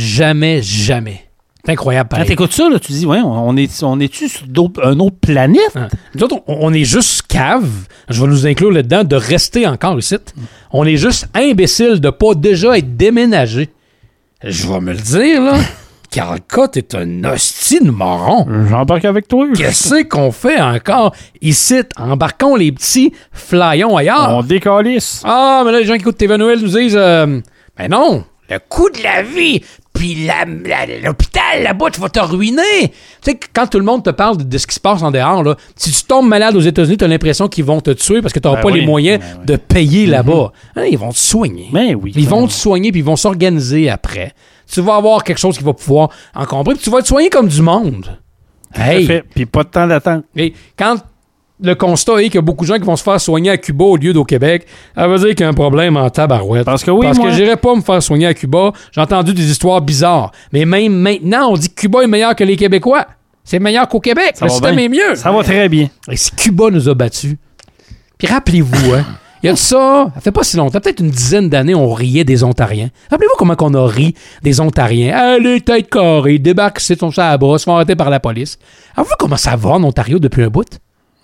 C'est incroyable, Quand pareil. t'écoutes ça, là, tu dis, ouais, on est-tu sur une autre planète? Hein. Nous autres, on est juste cave, je vais nous inclure là-dedans, de rester encore ici. On est juste imbécile de pas déjà être déménagé. Je vais me le dire, là. Calcott est un hostie de moron. J'embarque avec toi. Qu'est-ce qu'on fait encore ici? Embarquons les petits flyons ailleurs. On décalisse. Ah, mais là, les gens qui écoutent TV Noël nous disent ben non, le coût de la vie, puis l'hôpital là-bas, tu vas te ruiner. Tu sais, quand tout le monde te parle de ce qui se passe en dehors, là, si tu tombes malade aux États-Unis, tu as l'impression qu'ils vont te tuer parce que tu n'auras Ben pas oui, les moyens ben oui. de payer là-bas. Hein, ils vont te soigner. Ben oui. Ils vont te soigner, puis ils vont s'organiser après. Tu vas avoir quelque chose qui va pouvoir encombrer, puis tu vas être soigné comme du monde. Hey! Fait. Puis pas de temps d'attente. Et quand le constat est qu'il y a beaucoup de gens qui vont se faire soigner à Cuba au lieu d'au Québec, ça veut dire qu'il y a un problème en tabarouette. Parce que oui, Parce moi- que j'irais pas me faire soigner à Cuba. J'ai entendu des histoires bizarres. Mais même maintenant, on dit que Cuba est meilleur que les Québécois. C'est meilleur qu'au Québec. Ça Le va système bien. est mieux. Ça va très bien. Et si Cuba nous a battus, puis rappelez-vous, hein, il y a de ça fait pas si longtemps, peut-être une dizaine d'années, on riait des Ontariens. Rappelez-vous comment on a ri des Ontariens. Allez, tête carrée, débarquent, c'est ton chat à bras, se font arrêter par la police. Rappelez-vous comment ça va en Ontario depuis un bout?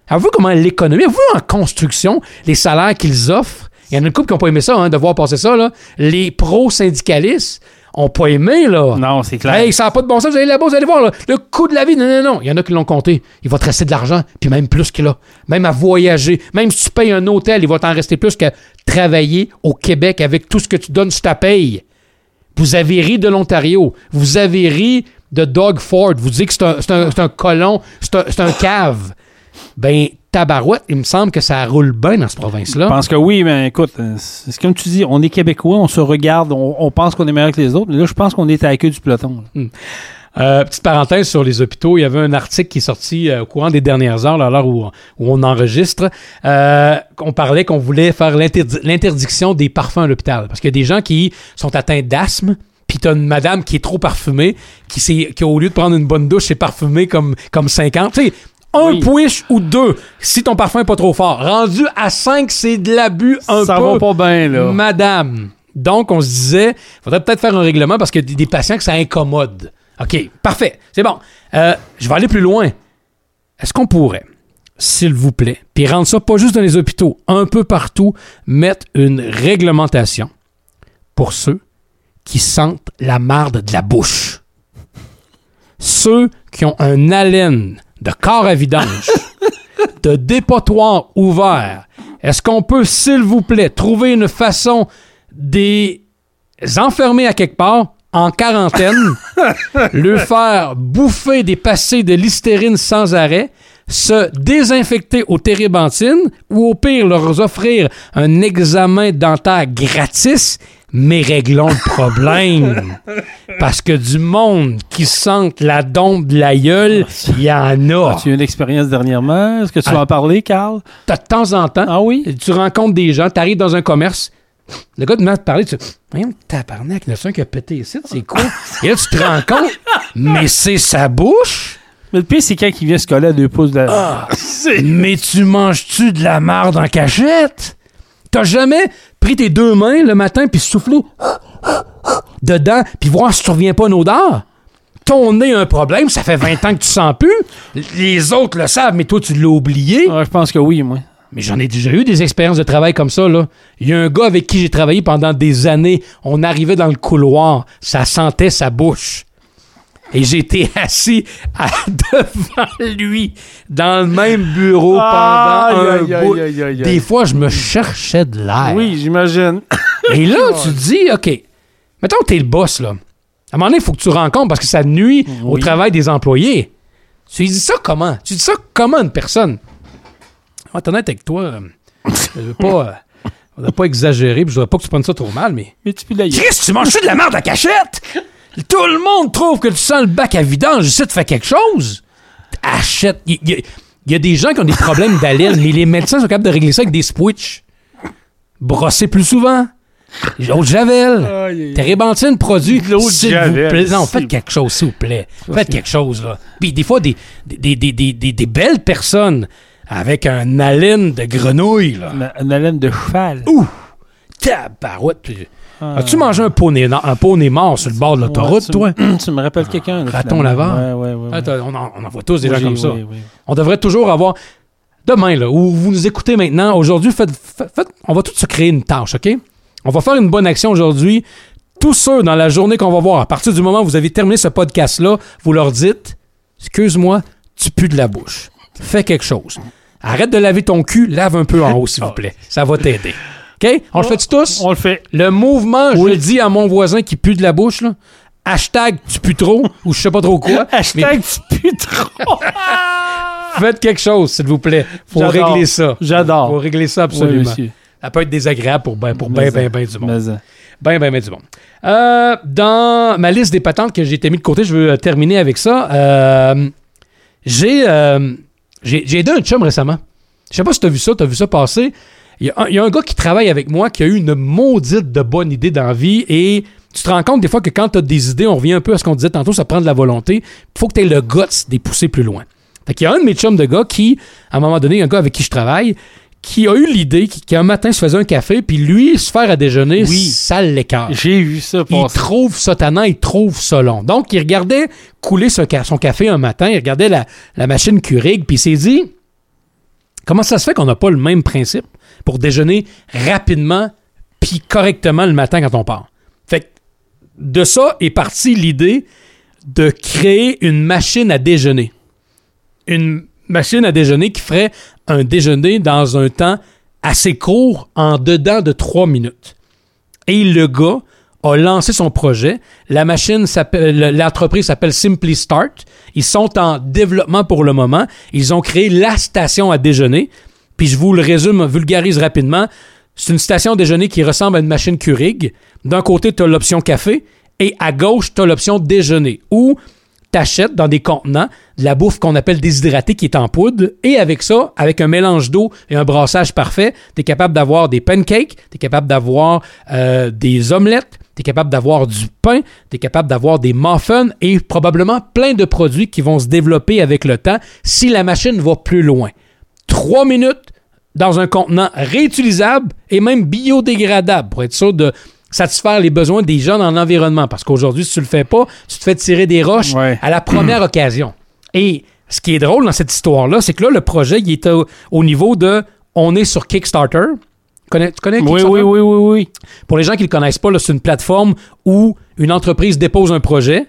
Avez-vous comment l'économie, avez-vous en construction, les salaires qu'ils offrent? Il y en a une couple qui n'ont pas aimé ça, hein, de voir passer ça, là. Les pro-syndicalistes n'ont pas aimé, là. Non, c'est clair. Hey, ça n'a pas de bon sens, vous allez là-bas, vous allez voir, là, le coût de la vie. Non. Il y en a qui l'ont compté. Il va te rester de l'argent, puis même plus que là. Même à voyager. Même si tu payes un hôtel, il va t'en rester plus qu'à travailler au Québec avec tout ce que tu donnes sur ta paye. Vous avez ri de l'Ontario. Vous avez ri de Doug Ford. Vous dites que c'est un colon, c'est un cave. Ben, tabarouette, il me semble que ça roule bien dans cette province-là. Je pense que oui, mais écoute, c'est comme tu dis, on est Québécois, on se regarde, on pense qu'on est meilleur que les autres, mais là, je pense qu'on est à la queue du peloton. Petite parenthèse sur les hôpitaux, il y avait un article qui est sorti au courant des dernières heures, à l'heure où on enregistre. On parlait qu'on voulait faire l'interdiction des parfums à l'hôpital. Parce qu'il y a des gens qui sont atteints d'asthme, puis t'as une madame qui est trop parfumée, qui au lieu de prendre une bonne douche, c'est parfumé comme 50. Tu sais, un push ou 2, si ton parfum n'est pas trop fort. Rendu à 5, c'est de l'abus un peu. Ça va pas bien, là. Madame. Donc, on se disait, il faudrait peut-être faire un règlement parce qu'il y a des patients que ça incommode. OK, parfait. C'est bon. Je vais aller plus loin. Est-ce qu'on pourrait, s'il vous plaît, puis rendre ça pas juste dans les hôpitaux, un peu partout, mettre une réglementation pour ceux qui sentent la marde de la bouche? Ceux qui ont un haleine de corps à vidange, de dépotoir ouvert. Est-ce qu'on peut, s'il vous plaît, trouver une façon des enfermer à quelque part, en quarantaine, leur faire bouffer des passés de Listerine sans arrêt, se désinfecter au térébenthine ou au pire leur offrir un examen dentaire gratis, mais réglons le problème. Parce que du monde qui sente la dompe de la gueule, il y en a. As-tu eu une expérience dernièrement? Est-ce que tu vas en parler, Carl? De temps en temps, ah oui? Tu rencontres des gens, tu arrives dans un commerce, le gars te demande de parler, tu dis, voyons, tabarnak, il y en a un qui a pété ici, c'est quoi? Et là, tu te rends compte, mais c'est sa bouche. Mais le pire, c'est quand il vient se coller à 2 pouces de la... Mais tu manges-tu de la marde en cachette? T'as jamais pris tes 2 mains le matin puis soufflé dedans puis voir si tu reviens pas une odeur? Ton nez a un problème, ça fait 20 ans que tu sens plus. Les autres le savent, mais toi, tu l'as oublié. Ah, je pense que oui, moi. Mais j'en ai déjà eu des expériences de travail comme ça, là. Il y a un gars avec qui j'ai travaillé pendant des années. On arrivait dans le couloir, ça sentait sa bouche. Et j'étais assis devant lui, dans le même bureau pendant un bout. Des fois, je me cherchais de l'air. Oui, j'imagine. Et là, tu te dis, OK, mettons que t'es le boss, là. À un moment donné, il faut que tu rencontres parce que ça nuit au travail des employés. Tu dis ça comment? Tu dis ça comment une personne? On va être honnête avec toi. Je veux pas... on va pas exagérer, puis je voudrais pas que tu prennes ça trop mal, mais... Mais tu peux l'ailleurs. Chris, tu manges-tu de la merde à cachette? Tout le monde trouve que tu sens le bac à vidange. Ici, tu fais quelque chose. Achète. Il y a des gens qui ont des problèmes d'haleine, mais les médecins sont capables de régler ça avec des switches. Brosser plus plus L'eau de Javel. Térébenthine produit. L'eau de Javel. Non, faites quelque chose, s'il vous plaît. Faites quelque chose, là. Puis des fois, des belles personnes avec un haleine de grenouille, là. Une haleine de cheval. Ouh! Tabarouette. As-tu mangé un poney mort sur le bord de l'autoroute, toi? Tu me rappelles quelqu'un. Raton laveur? Ouais. On en voit tous des gens comme ça. Oui. On devrait toujours avoir... Demain, là, où vous nous écoutez maintenant, aujourd'hui, on va tous se créer une tâche, OK? On va faire une bonne action aujourd'hui. Tous ceux dans la journée qu'on va voir, à partir du moment où vous avez terminé ce podcast-là, vous leur dites, excuse-moi, tu pues de la bouche. Fais quelque chose. Arrête de laver ton cul, lave un peu en haut, s'il vous plaît. Ça va t'aider. OK? On le fait-tu tous? On le fait. Le mouvement, je le dis à mon voisin qui pue de la bouche, là. Hashtag tu pues trop, ou je sais pas trop quoi. Hashtag tu pues trop. Faites quelque chose, s'il vous plaît. Faut régler ça. J'adore. Faut régler ça absolument. Oui, ça peut être désagréable pour ben du monde. Ben du monde. Dans ma liste des patentes que j'ai été mis de côté, je veux terminer avec ça. J'ai aidé un chum récemment. Je sais pas si t'as vu ça passer. Il y a un gars qui travaille avec moi qui a eu une maudite de bonne idée dans la vie et tu te rends compte des fois que quand tu as des idées, on revient un peu à ce qu'on disait tantôt, ça prend de la volonté. Il faut que tu aies le guts des pousser plus loin. Fait qu'il y a un de mes chums de gars qui, à un moment donné, un gars avec qui je travaille, qui a eu l'idée, qui un matin se faisait un café, puis lui, se faire à déjeuner, ça l'écarte. J'ai vu ça passer. Il trouve ça tannant, il trouve ça long. Donc, il regardait couler son café un matin, il regardait la machine Keurig, puis il s'est dit... Comment ça se fait qu'on n'a pas le même principe pour déjeuner rapidement puis correctement le matin quand on part? Fait que de ça est partie l'idée de créer une machine à déjeuner. Une machine à déjeuner qui ferait un déjeuner dans un temps assez court, en dedans de 3 minutes. Et le gars a lancé son projet. L'entreprise s'appelle Simply Start. Ils sont en développement pour le moment. Ils ont créé la station à déjeuner. Puis je vous le vulgarise rapidement. C'est une station à déjeuner qui ressemble à une machine Keurig. D'un côté, tu as l'option café et à gauche, tu as l'option déjeuner où tu achètes dans des contenants de la bouffe qu'on appelle déshydratée qui est en poudre et avec ça, avec un mélange d'eau et un brassage parfait, tu es capable d'avoir des pancakes, tu es capable d'avoir des omelettes, tu es capable d'avoir du pain, tu es capable d'avoir des muffins et probablement plein de produits qui vont se développer avec le temps si la machine va plus loin. 3 minutes dans un contenant réutilisable et même biodégradable pour être sûr de satisfaire les besoins des gens dans l'environnement. Parce qu'aujourd'hui, si tu le fais pas, tu te fais tirer des roches à la première occasion. Et ce qui est drôle dans cette histoire-là, c'est que là, le projet, il est au niveau de... On est sur Kickstarter. Tu connais Kickstarter? Oui. Pour les gens qui ne le connaissent pas, là, c'est une plateforme où une entreprise dépose un projet.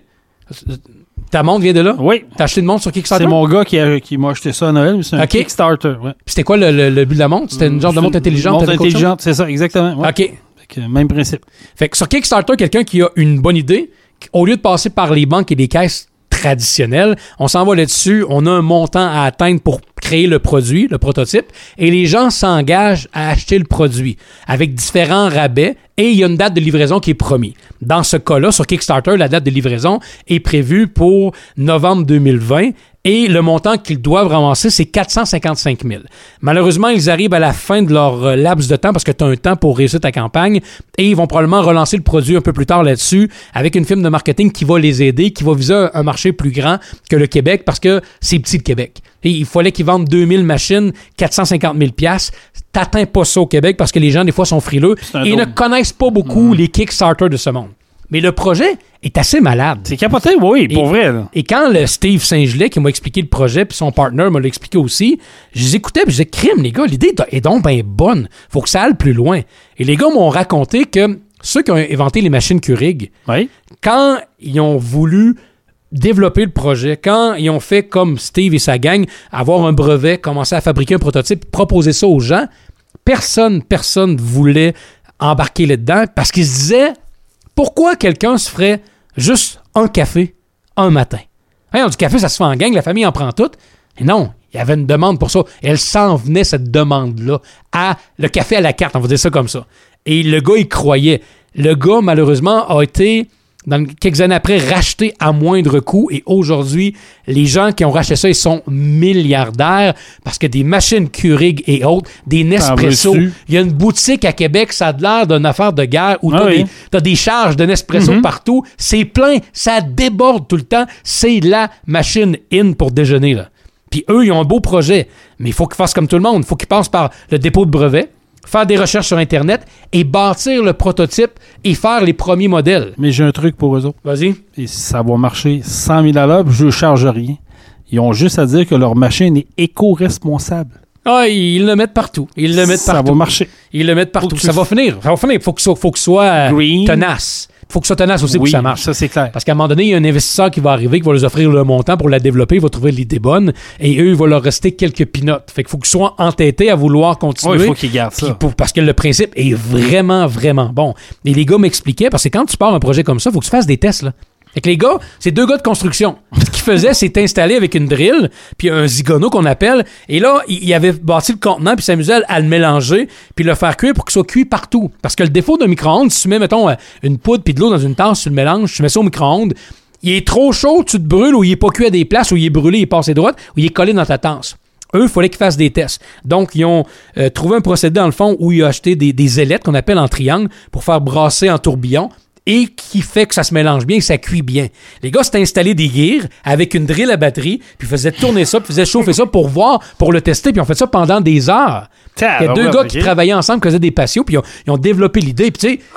Ta montre vient de là? Oui. T'as acheté une montre sur Kickstarter? C'est mon gars qui m'a acheté ça à Noël. C'est un Kickstarter. Ouais. Puis c'était quoi le but de la montre? C'était une genre de montre intelligente? Montre intelligente, c'est ça, exactement. Ouais. OK. Même principe. Fait que sur Kickstarter, quelqu'un qui a une bonne idée, au lieu de passer par les banques et les caisses traditionnelles, on s'en va là-dessus, on a un montant à atteindre pour créer le produit, le prototype, et les gens s'engagent à acheter le produit avec différents rabais et il y a une date de livraison qui est promise. Dans ce cas-là, sur Kickstarter, la date de livraison est prévue pour novembre 2020 et le montant qu'ils doivent ramasser, c'est 455 000. Malheureusement, ils arrivent à la fin de leur laps de temps parce que tu as un temps pour réussir ta campagne et ils vont probablement relancer le produit un peu plus tard là-dessus avec une firme de marketing qui va les aider, qui va viser un marché plus grand que le Québec parce que c'est petit le Québec. Et il fallait qu'ils vendent 2000 machines, 450 000 $. T'atteins pas ça au Québec parce que les gens, des fois, sont frileux et ne connaissent pas beaucoup les Kickstarter de ce monde. Mais le projet est assez malade. C'est capoté, oui, pour vrai. Là. Et quand le Steve Saint-Gelais qui m'a expliqué le projet, puis son partner me l'a expliqué aussi, je les écoutais, puis je disais, crime, les gars, l'idée est donc bien bonne. Faut que ça aille plus loin. Et les gars m'ont raconté que ceux qui ont inventé les machines Keurig, quand ils ont voulu développer le projet, quand ils ont fait comme Steve et sa gang, avoir un brevet, commencer à fabriquer un prototype, proposer ça aux gens, personne voulait embarquer là-dedans parce qu'ils se disaient pourquoi quelqu'un se ferait juste un café un matin? Hey, du café, ça se fait en gang, la famille en prend tout. Et non, il y avait une demande pour ça. Et elle s'en venait, cette demande-là, à le café à la carte, on va dire ça comme ça. Et le gars, il croyait. Le gars, malheureusement, a été... quelques années après, racheté à moindre coût. Et aujourd'hui, les gens qui ont racheté ça, ils sont milliardaires parce que des machines Keurig et autres, des Nespresso. Il y a une boutique à Québec, ça a l'air d'une affaire de guerre où t'as des charges de Nespresso partout. C'est plein, ça déborde tout le temps. C'est la machine in pour déjeuner, là. Puis eux, ils ont un beau projet. Mais il faut qu'ils fassent comme tout le monde. Il faut qu'ils passent par le dépôt de brevet, faire des recherches sur Internet et bâtir le prototype et faire les premiers modèles. Mais j'ai un truc pour eux autres. Vas-y. Et ça va marcher 100 000 $, je ne charge rien. Ils ont juste à dire que leur machine est éco-responsable. Ah, ils le mettent partout. Ça va marcher. Ils le mettent partout. Ça va finir. Il faut que ce soit tenace. Il faut que ça soit tenace aussi pour que ça marche. Ça, c'est clair. Parce qu'à un moment donné, il y a un investisseur qui va arriver, qui va leur offrir le montant pour la développer, il va trouver l'idée bonne, et eux, il va leur rester quelques pinottes. Fait qu'il faut qu'ils soient entêtés à vouloir continuer. Il faut qu'ils gardent ça. Parce que le principe est vraiment, vraiment bon. Et les gars m'expliquaient, parce que quand tu pars un projet comme ça, il faut que tu fasses des tests, là. Fait que les gars, c'est 2 gars de construction. Ce qu'ils faisaient, c'est installer avec une drill, puis un zigono qu'on appelle, et là, il avait bâti le contenant, puis s'amusait à le mélanger, puis le faire cuire pour qu'il soit cuit partout. Parce que le défaut d'un micro-ondes, si tu mets, mettons, une poudre puis de l'eau dans une tasse, tu le mélanges, tu mets ça au micro-ondes, il est trop chaud, tu te brûles, ou il est pas cuit à des places, ou il est brûlé, il est passé droite, ou il est collé dans ta tasse. Eux, il fallait qu'ils fassent des tests. Donc, ils ont trouvé un procédé, dans le fond, où ils ont acheté des ailettes qu'on appelle en triangle pour faire brasser en tourbillon, et qui fait que ça se mélange bien et que ça cuit bien. Les gars s'étaient installés des gears avec une drill à batterie, puis faisaient tourner ça, puis faisaient chauffer ça pour voir, pour le tester, puis ils ont fait ça pendant des heures. Il y a 2 gars qui travaillaient ensemble, qui faisaient des patios, puis ils ont développé l'idée. Puis tu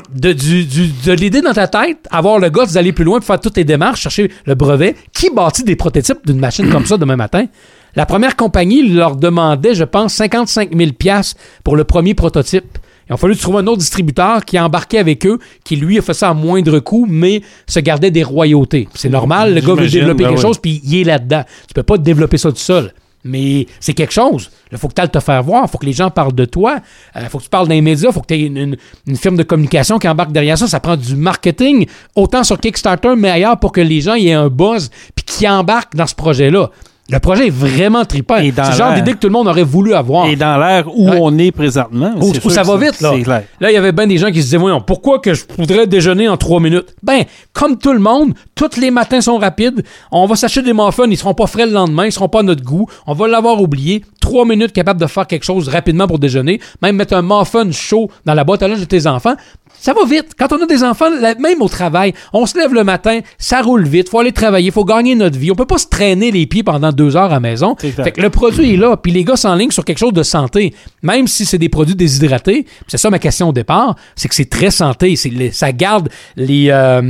sais, de l'idée dans ta tête, avoir le gars d'aller plus loin, pour faire toutes tes démarches, chercher le brevet, qui bâtit des prototypes d'une machine comme ça demain matin? La première compagnie leur demandait, je pense, 55 000 $ pour le premier prototype. Il a fallu trouver un autre distributeur qui a embarqué avec eux, qui lui a fait ça à moindre coût, mais se gardait des royautés. C'est normal, le gars veut développer quelque chose, puis il est là-dedans. Tu peux pas développer ça tout seul. Mais c'est quelque chose. Il faut que tu ailles te faire voir. Il faut que les gens parlent de toi. Il faut que tu parles dans les médias. Il faut que tu aies une firme de communication qui embarque derrière ça. Ça prend du marketing, autant sur Kickstarter, mais ailleurs, pour que les gens aient un buzz puis qu'ils embarquent dans ce projet-là. Le projet est vraiment trippant. C'est le genre d'idée que tout le monde aurait voulu avoir. Et dans l'ère où on est présentement. Où ça va vite, là. C'est clair. Là, il y avait bien des gens qui se disaient, voyons, pourquoi que je voudrais déjeuner en 3 minutes? Ben, comme tout le monde, tous les matins sont rapides. On va s'acheter des muffins, ils seront pas frais le lendemain, ils seront pas à notre goût. On va l'avoir oublié. 3 minutes capable de faire quelque chose rapidement pour déjeuner. Même mettre un muffin chaud dans la boîte à lunch de tes enfants. Ça va vite. Quand on a des enfants, même au travail, on se lève le matin, ça roule vite, faut aller travailler, faut gagner notre vie. On peut pas se traîner les pieds pendant 2 heures à la maison. Fait que le produit est là, puis les gars s'enlignent sur quelque chose de santé. Même si c'est des produits déshydratés, c'est ça ma question au départ, c'est que c'est très santé. Ça garde les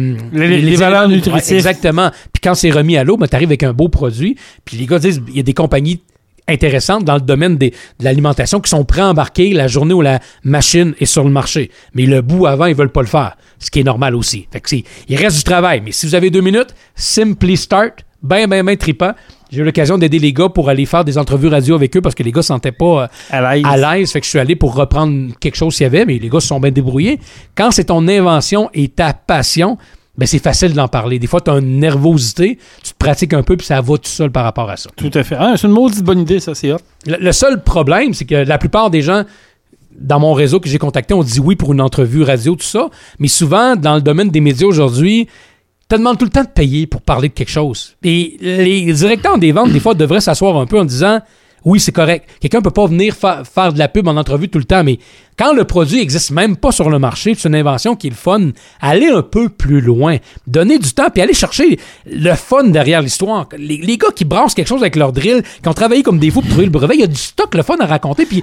valeurs nutritives. Exactement. Puis quand c'est remis à l'eau, ben, t'arrives avec un beau produit. Puis les gars disent, il y a des compagnies intéressantes dans le domaine de l'alimentation qui sont pré-embarquées la journée où la machine est sur le marché. Mais le bout avant, ils veulent pas le faire. Ce qui est normal aussi. Fait que il reste du travail. Mais si vous avez 2 minutes, Simply Start, ben trippant. J'ai eu l'occasion d'aider les gars pour aller faire des entrevues radio avec eux parce que les gars ne se sentaient pas à l'aise. Fait que je suis allé pour reprendre quelque chose qu'il y avait, mais les gars se sont bien débrouillés. Quand c'est ton invention et ta passion, ben c'est facile d'en parler. Des fois, tu as une nervosité, tu te pratiques un peu, puis ça va tout seul par rapport à ça. Tout à fait. C'est une maudite bonne idée, ça, c'est hot. Le seul problème, c'est que la plupart des gens dans mon réseau que j'ai contacté ont dit oui pour une entrevue radio, tout ça, mais souvent, dans le domaine des médias aujourd'hui, te demande tout le temps de payer pour parler de quelque chose. Et les directeurs des ventes, des fois, devraient s'asseoir un peu en disant oui, c'est correct. Quelqu'un ne peut pas venir faire de la pub en entrevue tout le temps, mais quand le produit n'existe même pas sur le marché, c'est une invention qui est le fun, allez un peu plus loin. Donnez du temps, puis allez chercher le fun derrière l'histoire. Les gars qui brassent quelque chose avec leur drill, qui ont travaillé comme des fous pour trouver le brevet, il y a du stock, le fun à raconter, puis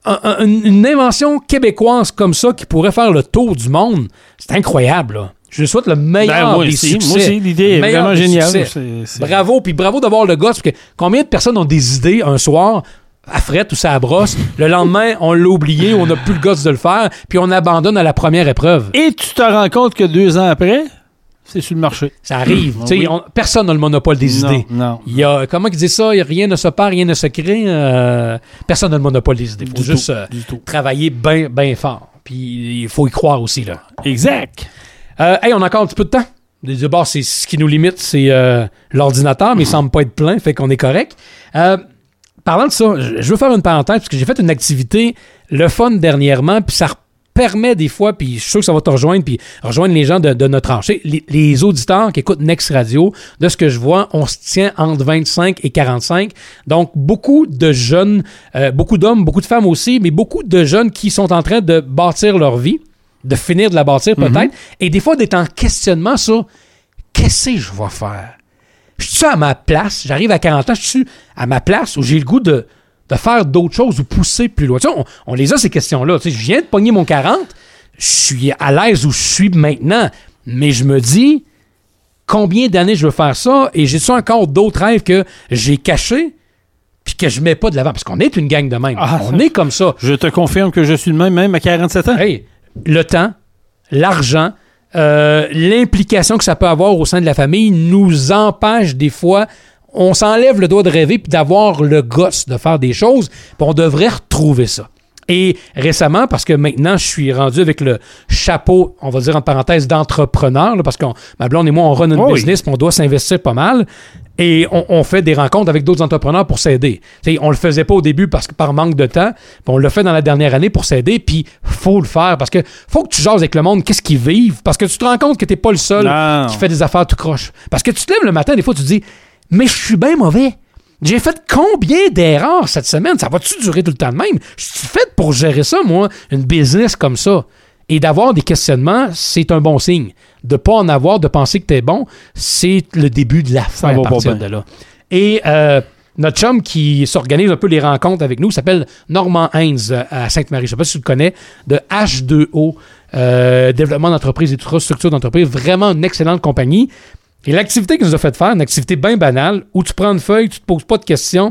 une invention québécoise comme ça qui pourrait faire le tour du monde, c'est incroyable, là. Je lui souhaite le meilleur des succès. Moi aussi, l'idée est vraiment géniale. Bravo, puis bravo d'avoir le gosse, parce que combien de personnes ont des idées un soir à frette ou ça à brosse, le lendemain, on l'a oublié, on n'a plus le gosse de le faire, puis on abandonne à la première épreuve. Et tu te rends compte que 2 ans après, c'est sur le marché. Ça arrive. Oui. Personne n'a le monopole des idées. Non. Il y a, comment ils disent ça? Rien ne se perd, rien ne se crée. Personne n'a le monopole des idées. Il faut juste travailler bien fort. Puis il faut y croire aussi, là. Exact. Hey, on a encore un petit peu de temps. D'abord, c'est ce qui nous limite, c'est l'ordinateur, mais il semble pas être plein, fait qu'on est correct. Parlant de ça, je veux faire une parenthèse, parce que j'ai fait une activité, le fun dernièrement, puis ça permet des fois, puis je suis sûr que ça va te rejoindre, puis rejoindre les gens de notre âge. Les auditeurs qui écoutent Next Radio, de ce que je vois, on se tient entre 25 et 45. Donc, beaucoup de jeunes, beaucoup d'hommes, beaucoup de femmes aussi, mais beaucoup de jeunes qui sont en train de bâtir leur vie, de finir de la bâtir peut-être, et des fois d'être en questionnement sur qu'est-ce que je vais faire? Je suis à ma place, j'arrive à 40 ans, je suis à ma place où j'ai le goût de faire d'autres choses ou pousser plus loin. Tu sais, on les a ces questions-là. Tu sais, je viens de pogner mon 40, je suis à l'aise où je suis maintenant, mais je me dis combien d'années je veux faire ça et j'ai-tu encore d'autres rêves que j'ai cachés puis que je mets pas de l'avant? Parce qu'on est une gang de même. On est comme ça. Je te confirme que je suis le même à 47 ans. Hey, le temps, l'argent, l'implication que ça peut avoir au sein de la famille nous empêche des fois, on s'enlève le droit de rêver puis d'avoir le gosse de faire des choses, puis on devrait retrouver ça. Et récemment, parce que maintenant, je suis rendu avec le chapeau, on va dire en parenthèse, d'entrepreneur, là, parce que ma blonde et moi, on run une business, puis on doit s'investir pas mal. Et on fait des rencontres avec d'autres entrepreneurs pour s'aider. T'sais, on le faisait pas au début parce que par manque de temps, puis on l'a fait dans la dernière année pour s'aider, puis faut le faire parce que faut que tu jases avec le monde, qu'est-ce qu'ils vivent, parce que tu te rends compte que t'es pas le seul qui fait des affaires tout croche. Parce que tu te lèves le matin, des fois, tu te dis « Mais je suis bien mauvais. J'ai fait combien d'erreurs cette semaine? Ça va-tu durer tout le temps de même? Je suis fait pour gérer ça, moi, une business comme ça. » Et d'avoir des questionnements, c'est un bon signe. De ne pas en avoir, de penser que tu es bon, c'est le début de la fin à partir de là. Et notre chum qui s'organise un peu les rencontres avec nous s'appelle Normand Heinz à Sainte-Marie. Je ne sais pas si tu le connais, de H2O, développement d'entreprise et toute structure d'entreprise. Vraiment une excellente compagnie. Et l'activité qu'il nous a fait faire, une activité bien banale, où tu prends une feuille, tu te poses pas de questions,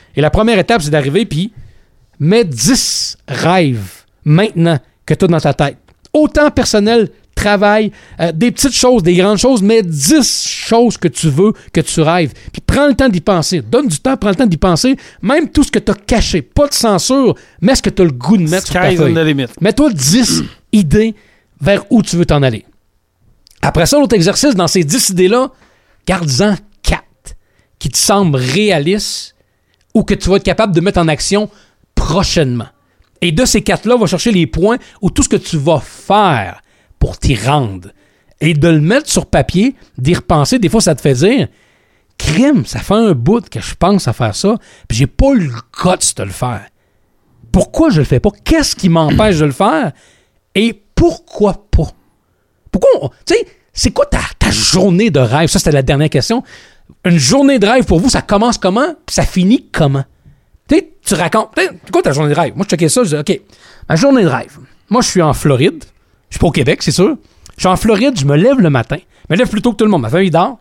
Et la première étape, c'est d'arriver, puis mets 10 rêves maintenant que tu as dans ta tête. Autant personnel, travail, des petites choses, des grandes choses, mais 10 choses que tu veux, que tu rêves. Puis prends le temps d'y penser. Donne du temps, prends le temps d'y penser. Même tout ce que tu as caché. Pas de censure, mais ce que tu as le goût de mettre sur ta feuille. Mets-toi 10 idées vers où tu veux t'en aller. Après ça, l'autre exercice, dans ces 10 idées-là, garde-en 4 qui te semblent réalistes ou que tu vas être capable de mettre en action prochainement. Et de ces 4-là, va chercher les points où tout ce que tu vas faire pour t'y rendre. Et de le mettre sur papier, d'y repenser, des fois, ça te fait dire « Crime, ça fait un bout que je pense à faire ça, puis j'ai pas le guts de le faire. Pourquoi je le fais pas? Qu'est-ce qui m'empêche de le faire? Et pourquoi pas? Pourquoi? Tu sais, c'est quoi ta journée de rêve? Ça, c'était la dernière question. Une journée de rêve, pour vous, ça commence comment? Puis ça finit comment? Tu sais, tu racontes... C'est quoi ta journée de rêve? Moi, je checkais ça, je dis « OK, ma journée de rêve. Moi, je suis en Floride. Je suis pas au Québec, c'est sûr. Je suis en Floride, je me lève le matin. Je me lève plus tôt que tout le monde. Ma famille dort.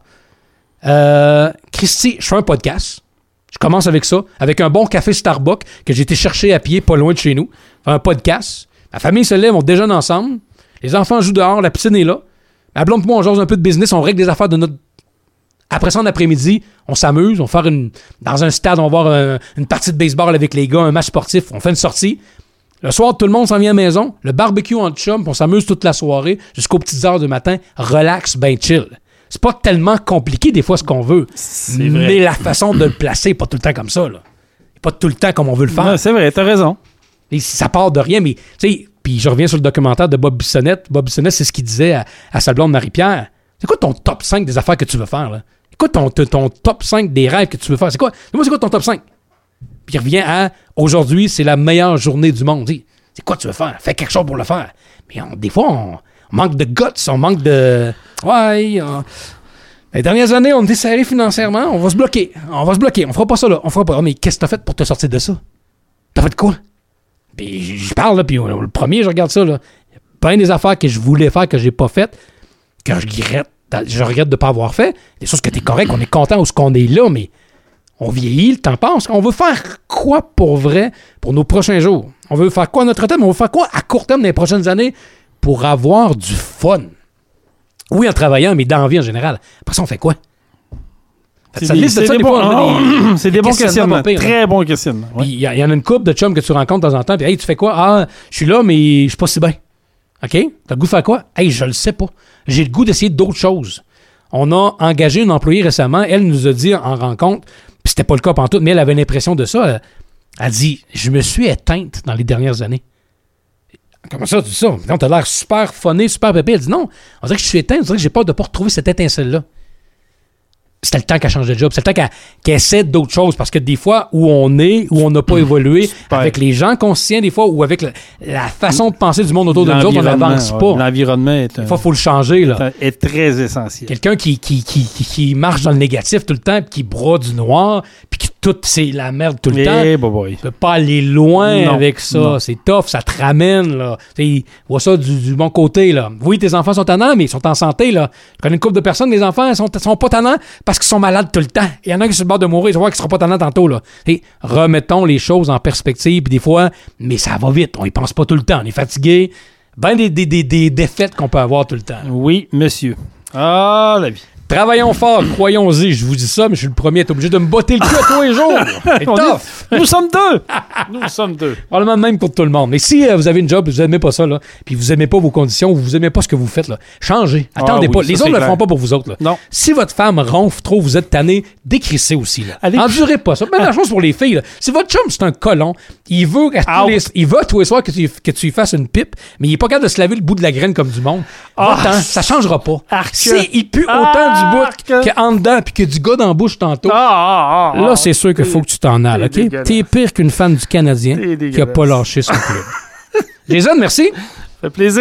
Christy, je fais un podcast. Je commence avec ça, avec un bon café Starbucks que j'ai été chercher à pied pas loin de chez nous. Un podcast. Ma famille se lève, on déjeune ensemble. Les enfants jouent dehors, la piscine est là. Ma blonde et moi, on jase un peu de business, on règle des affaires de notre... Après ça, en après-midi, on s'amuse. On va faire dans un stade, on va voir une partie de baseball avec les gars, un match sportif. On fait une sortie. Le soir, tout le monde s'en vient à la maison. Le barbecue en chum, on s'amuse toute la soirée jusqu'aux petites heures du matin. Relax, ben chill. C'est pas tellement compliqué des fois ce qu'on veut. Mais la façon de le placer, pas tout le temps comme ça. Là. Pas tout le temps comme on veut le faire. Non, c'est vrai, t'as raison. Et ça part de rien, mais tu sais, puis je reviens sur le documentaire de Bob Bissonnette. Bob Bissonnette, c'est ce qu'il disait à sa blonde Marie-Pierre. C'est quoi ton top 5 des affaires que tu veux faire? Là? C'est quoi ton top 5 des rêves que tu veux faire? C'est quoi? Dis-moi, c'est quoi ton top 5? Puis il revient à aujourd'hui, c'est la meilleure journée du monde. C'est quoi tu veux faire? Fais quelque chose pour le faire. Mais des fois, on manque de guts, on manque de. Ouais. Les dernières années, on est serré financièrement, on va se bloquer. On fera pas ça là. On fera pas. Oh, mais qu'est-ce que t'as fait pour te sortir de ça? T'as fait quoi? Puis je parle là, puis le premier, je regarde ça là. Il y a plein des affaires que je voulais faire, que j'ai pas faites, que je regrette de pas avoir fait. Des choses que t'es correct, on est content où ce qu'on est là, mais. On vieillit, le temps passe. On veut faire quoi pour vrai pour nos prochains jours? On veut faire quoi à notre terme? On veut faire quoi à court terme dans les prochaines années pour avoir du fun? Oui, en travaillant, mais dans la vie en général. Après ça, on fait quoi? C'est des bons questionnements. Très bons questionnements. Il y en a une couple de chums que tu rencontres de temps en temps. Puis, hey, tu fais quoi? Ah, je suis là, mais je suis pas si bien. OK? T'as le goût de faire quoi? Hey, je le sais pas. J'ai le goût d'essayer d'autres choses. On a engagé une employée récemment. Elle nous a dit en rencontre, puis c'était pas le cas pantoute, mais elle avait l'impression de ça. Elle dit, je me suis éteinte dans les dernières années. Comment ça, tu dis ça? Non, t'as l'air super funné, super pépé. Elle dit non, on dirait que je suis éteinte, on dirait que j'ai peur de pas retrouver cette étincelle-là. C'était le temps qu'elle change de job. C'était le temps qu'elle essaie d'autres choses. Parce que des fois, où on est, où on n'a pas évolué, avec les gens qu'on se tient des fois, ou avec la façon de penser du monde autour de nous autres, on n'avance pas. L'environnement est... Des fois, il faut le changer. Là. Est très essentiel. Quelqu'un qui marche dans le négatif tout le temps, puis qui broie du noir, puis qui tout, c'est la merde tout le temps. Tu peux pas aller loin avec ça. Non. C'est tough, ça te ramène. Là. Vois ça du bon côté. Là. Oui, tes enfants sont tannants, mais ils sont en santé. Là. Je connais une couple de personnes, les enfants sont pas tannants parce qu'ils sont malades tout le temps. Il y en a qui sont sur le bord de mourir, je vois qu'ils seront pas tannants tantôt. Là. Remettons les choses en perspective, puis des fois, mais ça va vite. On y pense pas tout le temps. On est fatigué. Ben des défaites qu'on peut avoir tout le temps. Oui, monsieur. Ah, la vie. Travaillons fort, croyons-y, je vous dis ça, mais je suis le premier à être obligé de me botter le cul à tous les jours. C'est tough. Nous sommes deux. Nous sommes deux. Probablement même pour tout le monde. Mais si vous avez une job, vous n'aimez pas ça, là, puis vous n'aimez pas vos conditions, vous n'aimez pas ce que vous faites, là, changez. Attendez pas. Les autres ne le font pas pour vous autres. Là. Non. Si votre femme ronfle trop, vous êtes tanné, décrissez aussi. Endurez pas ça. Même la chose pour les filles. Là. Si votre chum, c'est un colon, il veut à tous les soirs que tu lui fasses une pipe, mais il n'est pas capable de se laver le bout de la graine comme du monde. Ça changera pas. Il pue autant du bout qu'en dedans puis que du gars dans la bouche tantôt. Là, c'est sûr qu'il faut que tu t'en ailles, OK? T'es pire qu'une fan du Canadien qui a pas lâché son club. Jason, merci. Ça fait plaisir.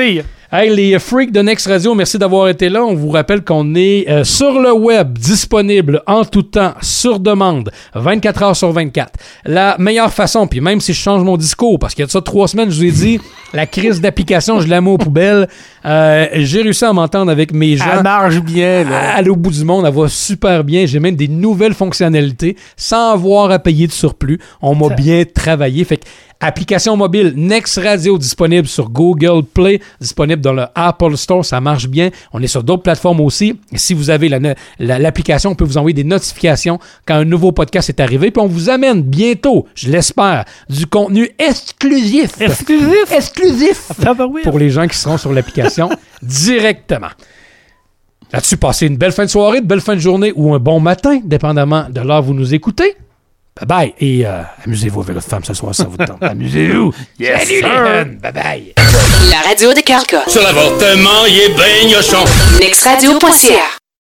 Hey, les freaks de Next Radio, merci d'avoir été là. On vous rappelle qu'on est sur le web, disponible en tout temps, sur demande, 24 heures sur 24. La meilleure façon, puis même si je change mon discours, parce qu'il y a de ça 3 semaines, je vous ai dit, la crise d'application, je la mets aux poubelles. J'ai réussi à m'entendre avec mes gens. Elle marche bien, là. À l'autre bout du monde, elle va super bien. J'ai même des nouvelles fonctionnalités sans avoir à payer de surplus. On m'a bien travaillé. Fait que application mobile Next Radio disponible sur Google Play, disponible dans le Apple Store, ça marche bien. On est sur d'autres plateformes aussi. Si vous avez l'application, on peut vous envoyer des notifications quand un nouveau podcast est arrivé. Puis on vous amène bientôt, je l'espère, du contenu exclusif pour les gens qui seront sur l'application directement. Là-dessus, passez une belle fin de soirée, une belle fin de journée ou un bon matin, dépendamment de l'heure où vous nous écoutez. Bye-bye. Et amusez-vous avec votre femme ce soir, ça vous tente. Amusez-vous. Yes, salut les jeunes. Bye-bye. La radio de Carlca. Sur l'avortement, il est ben gnochon. Nextradio.ca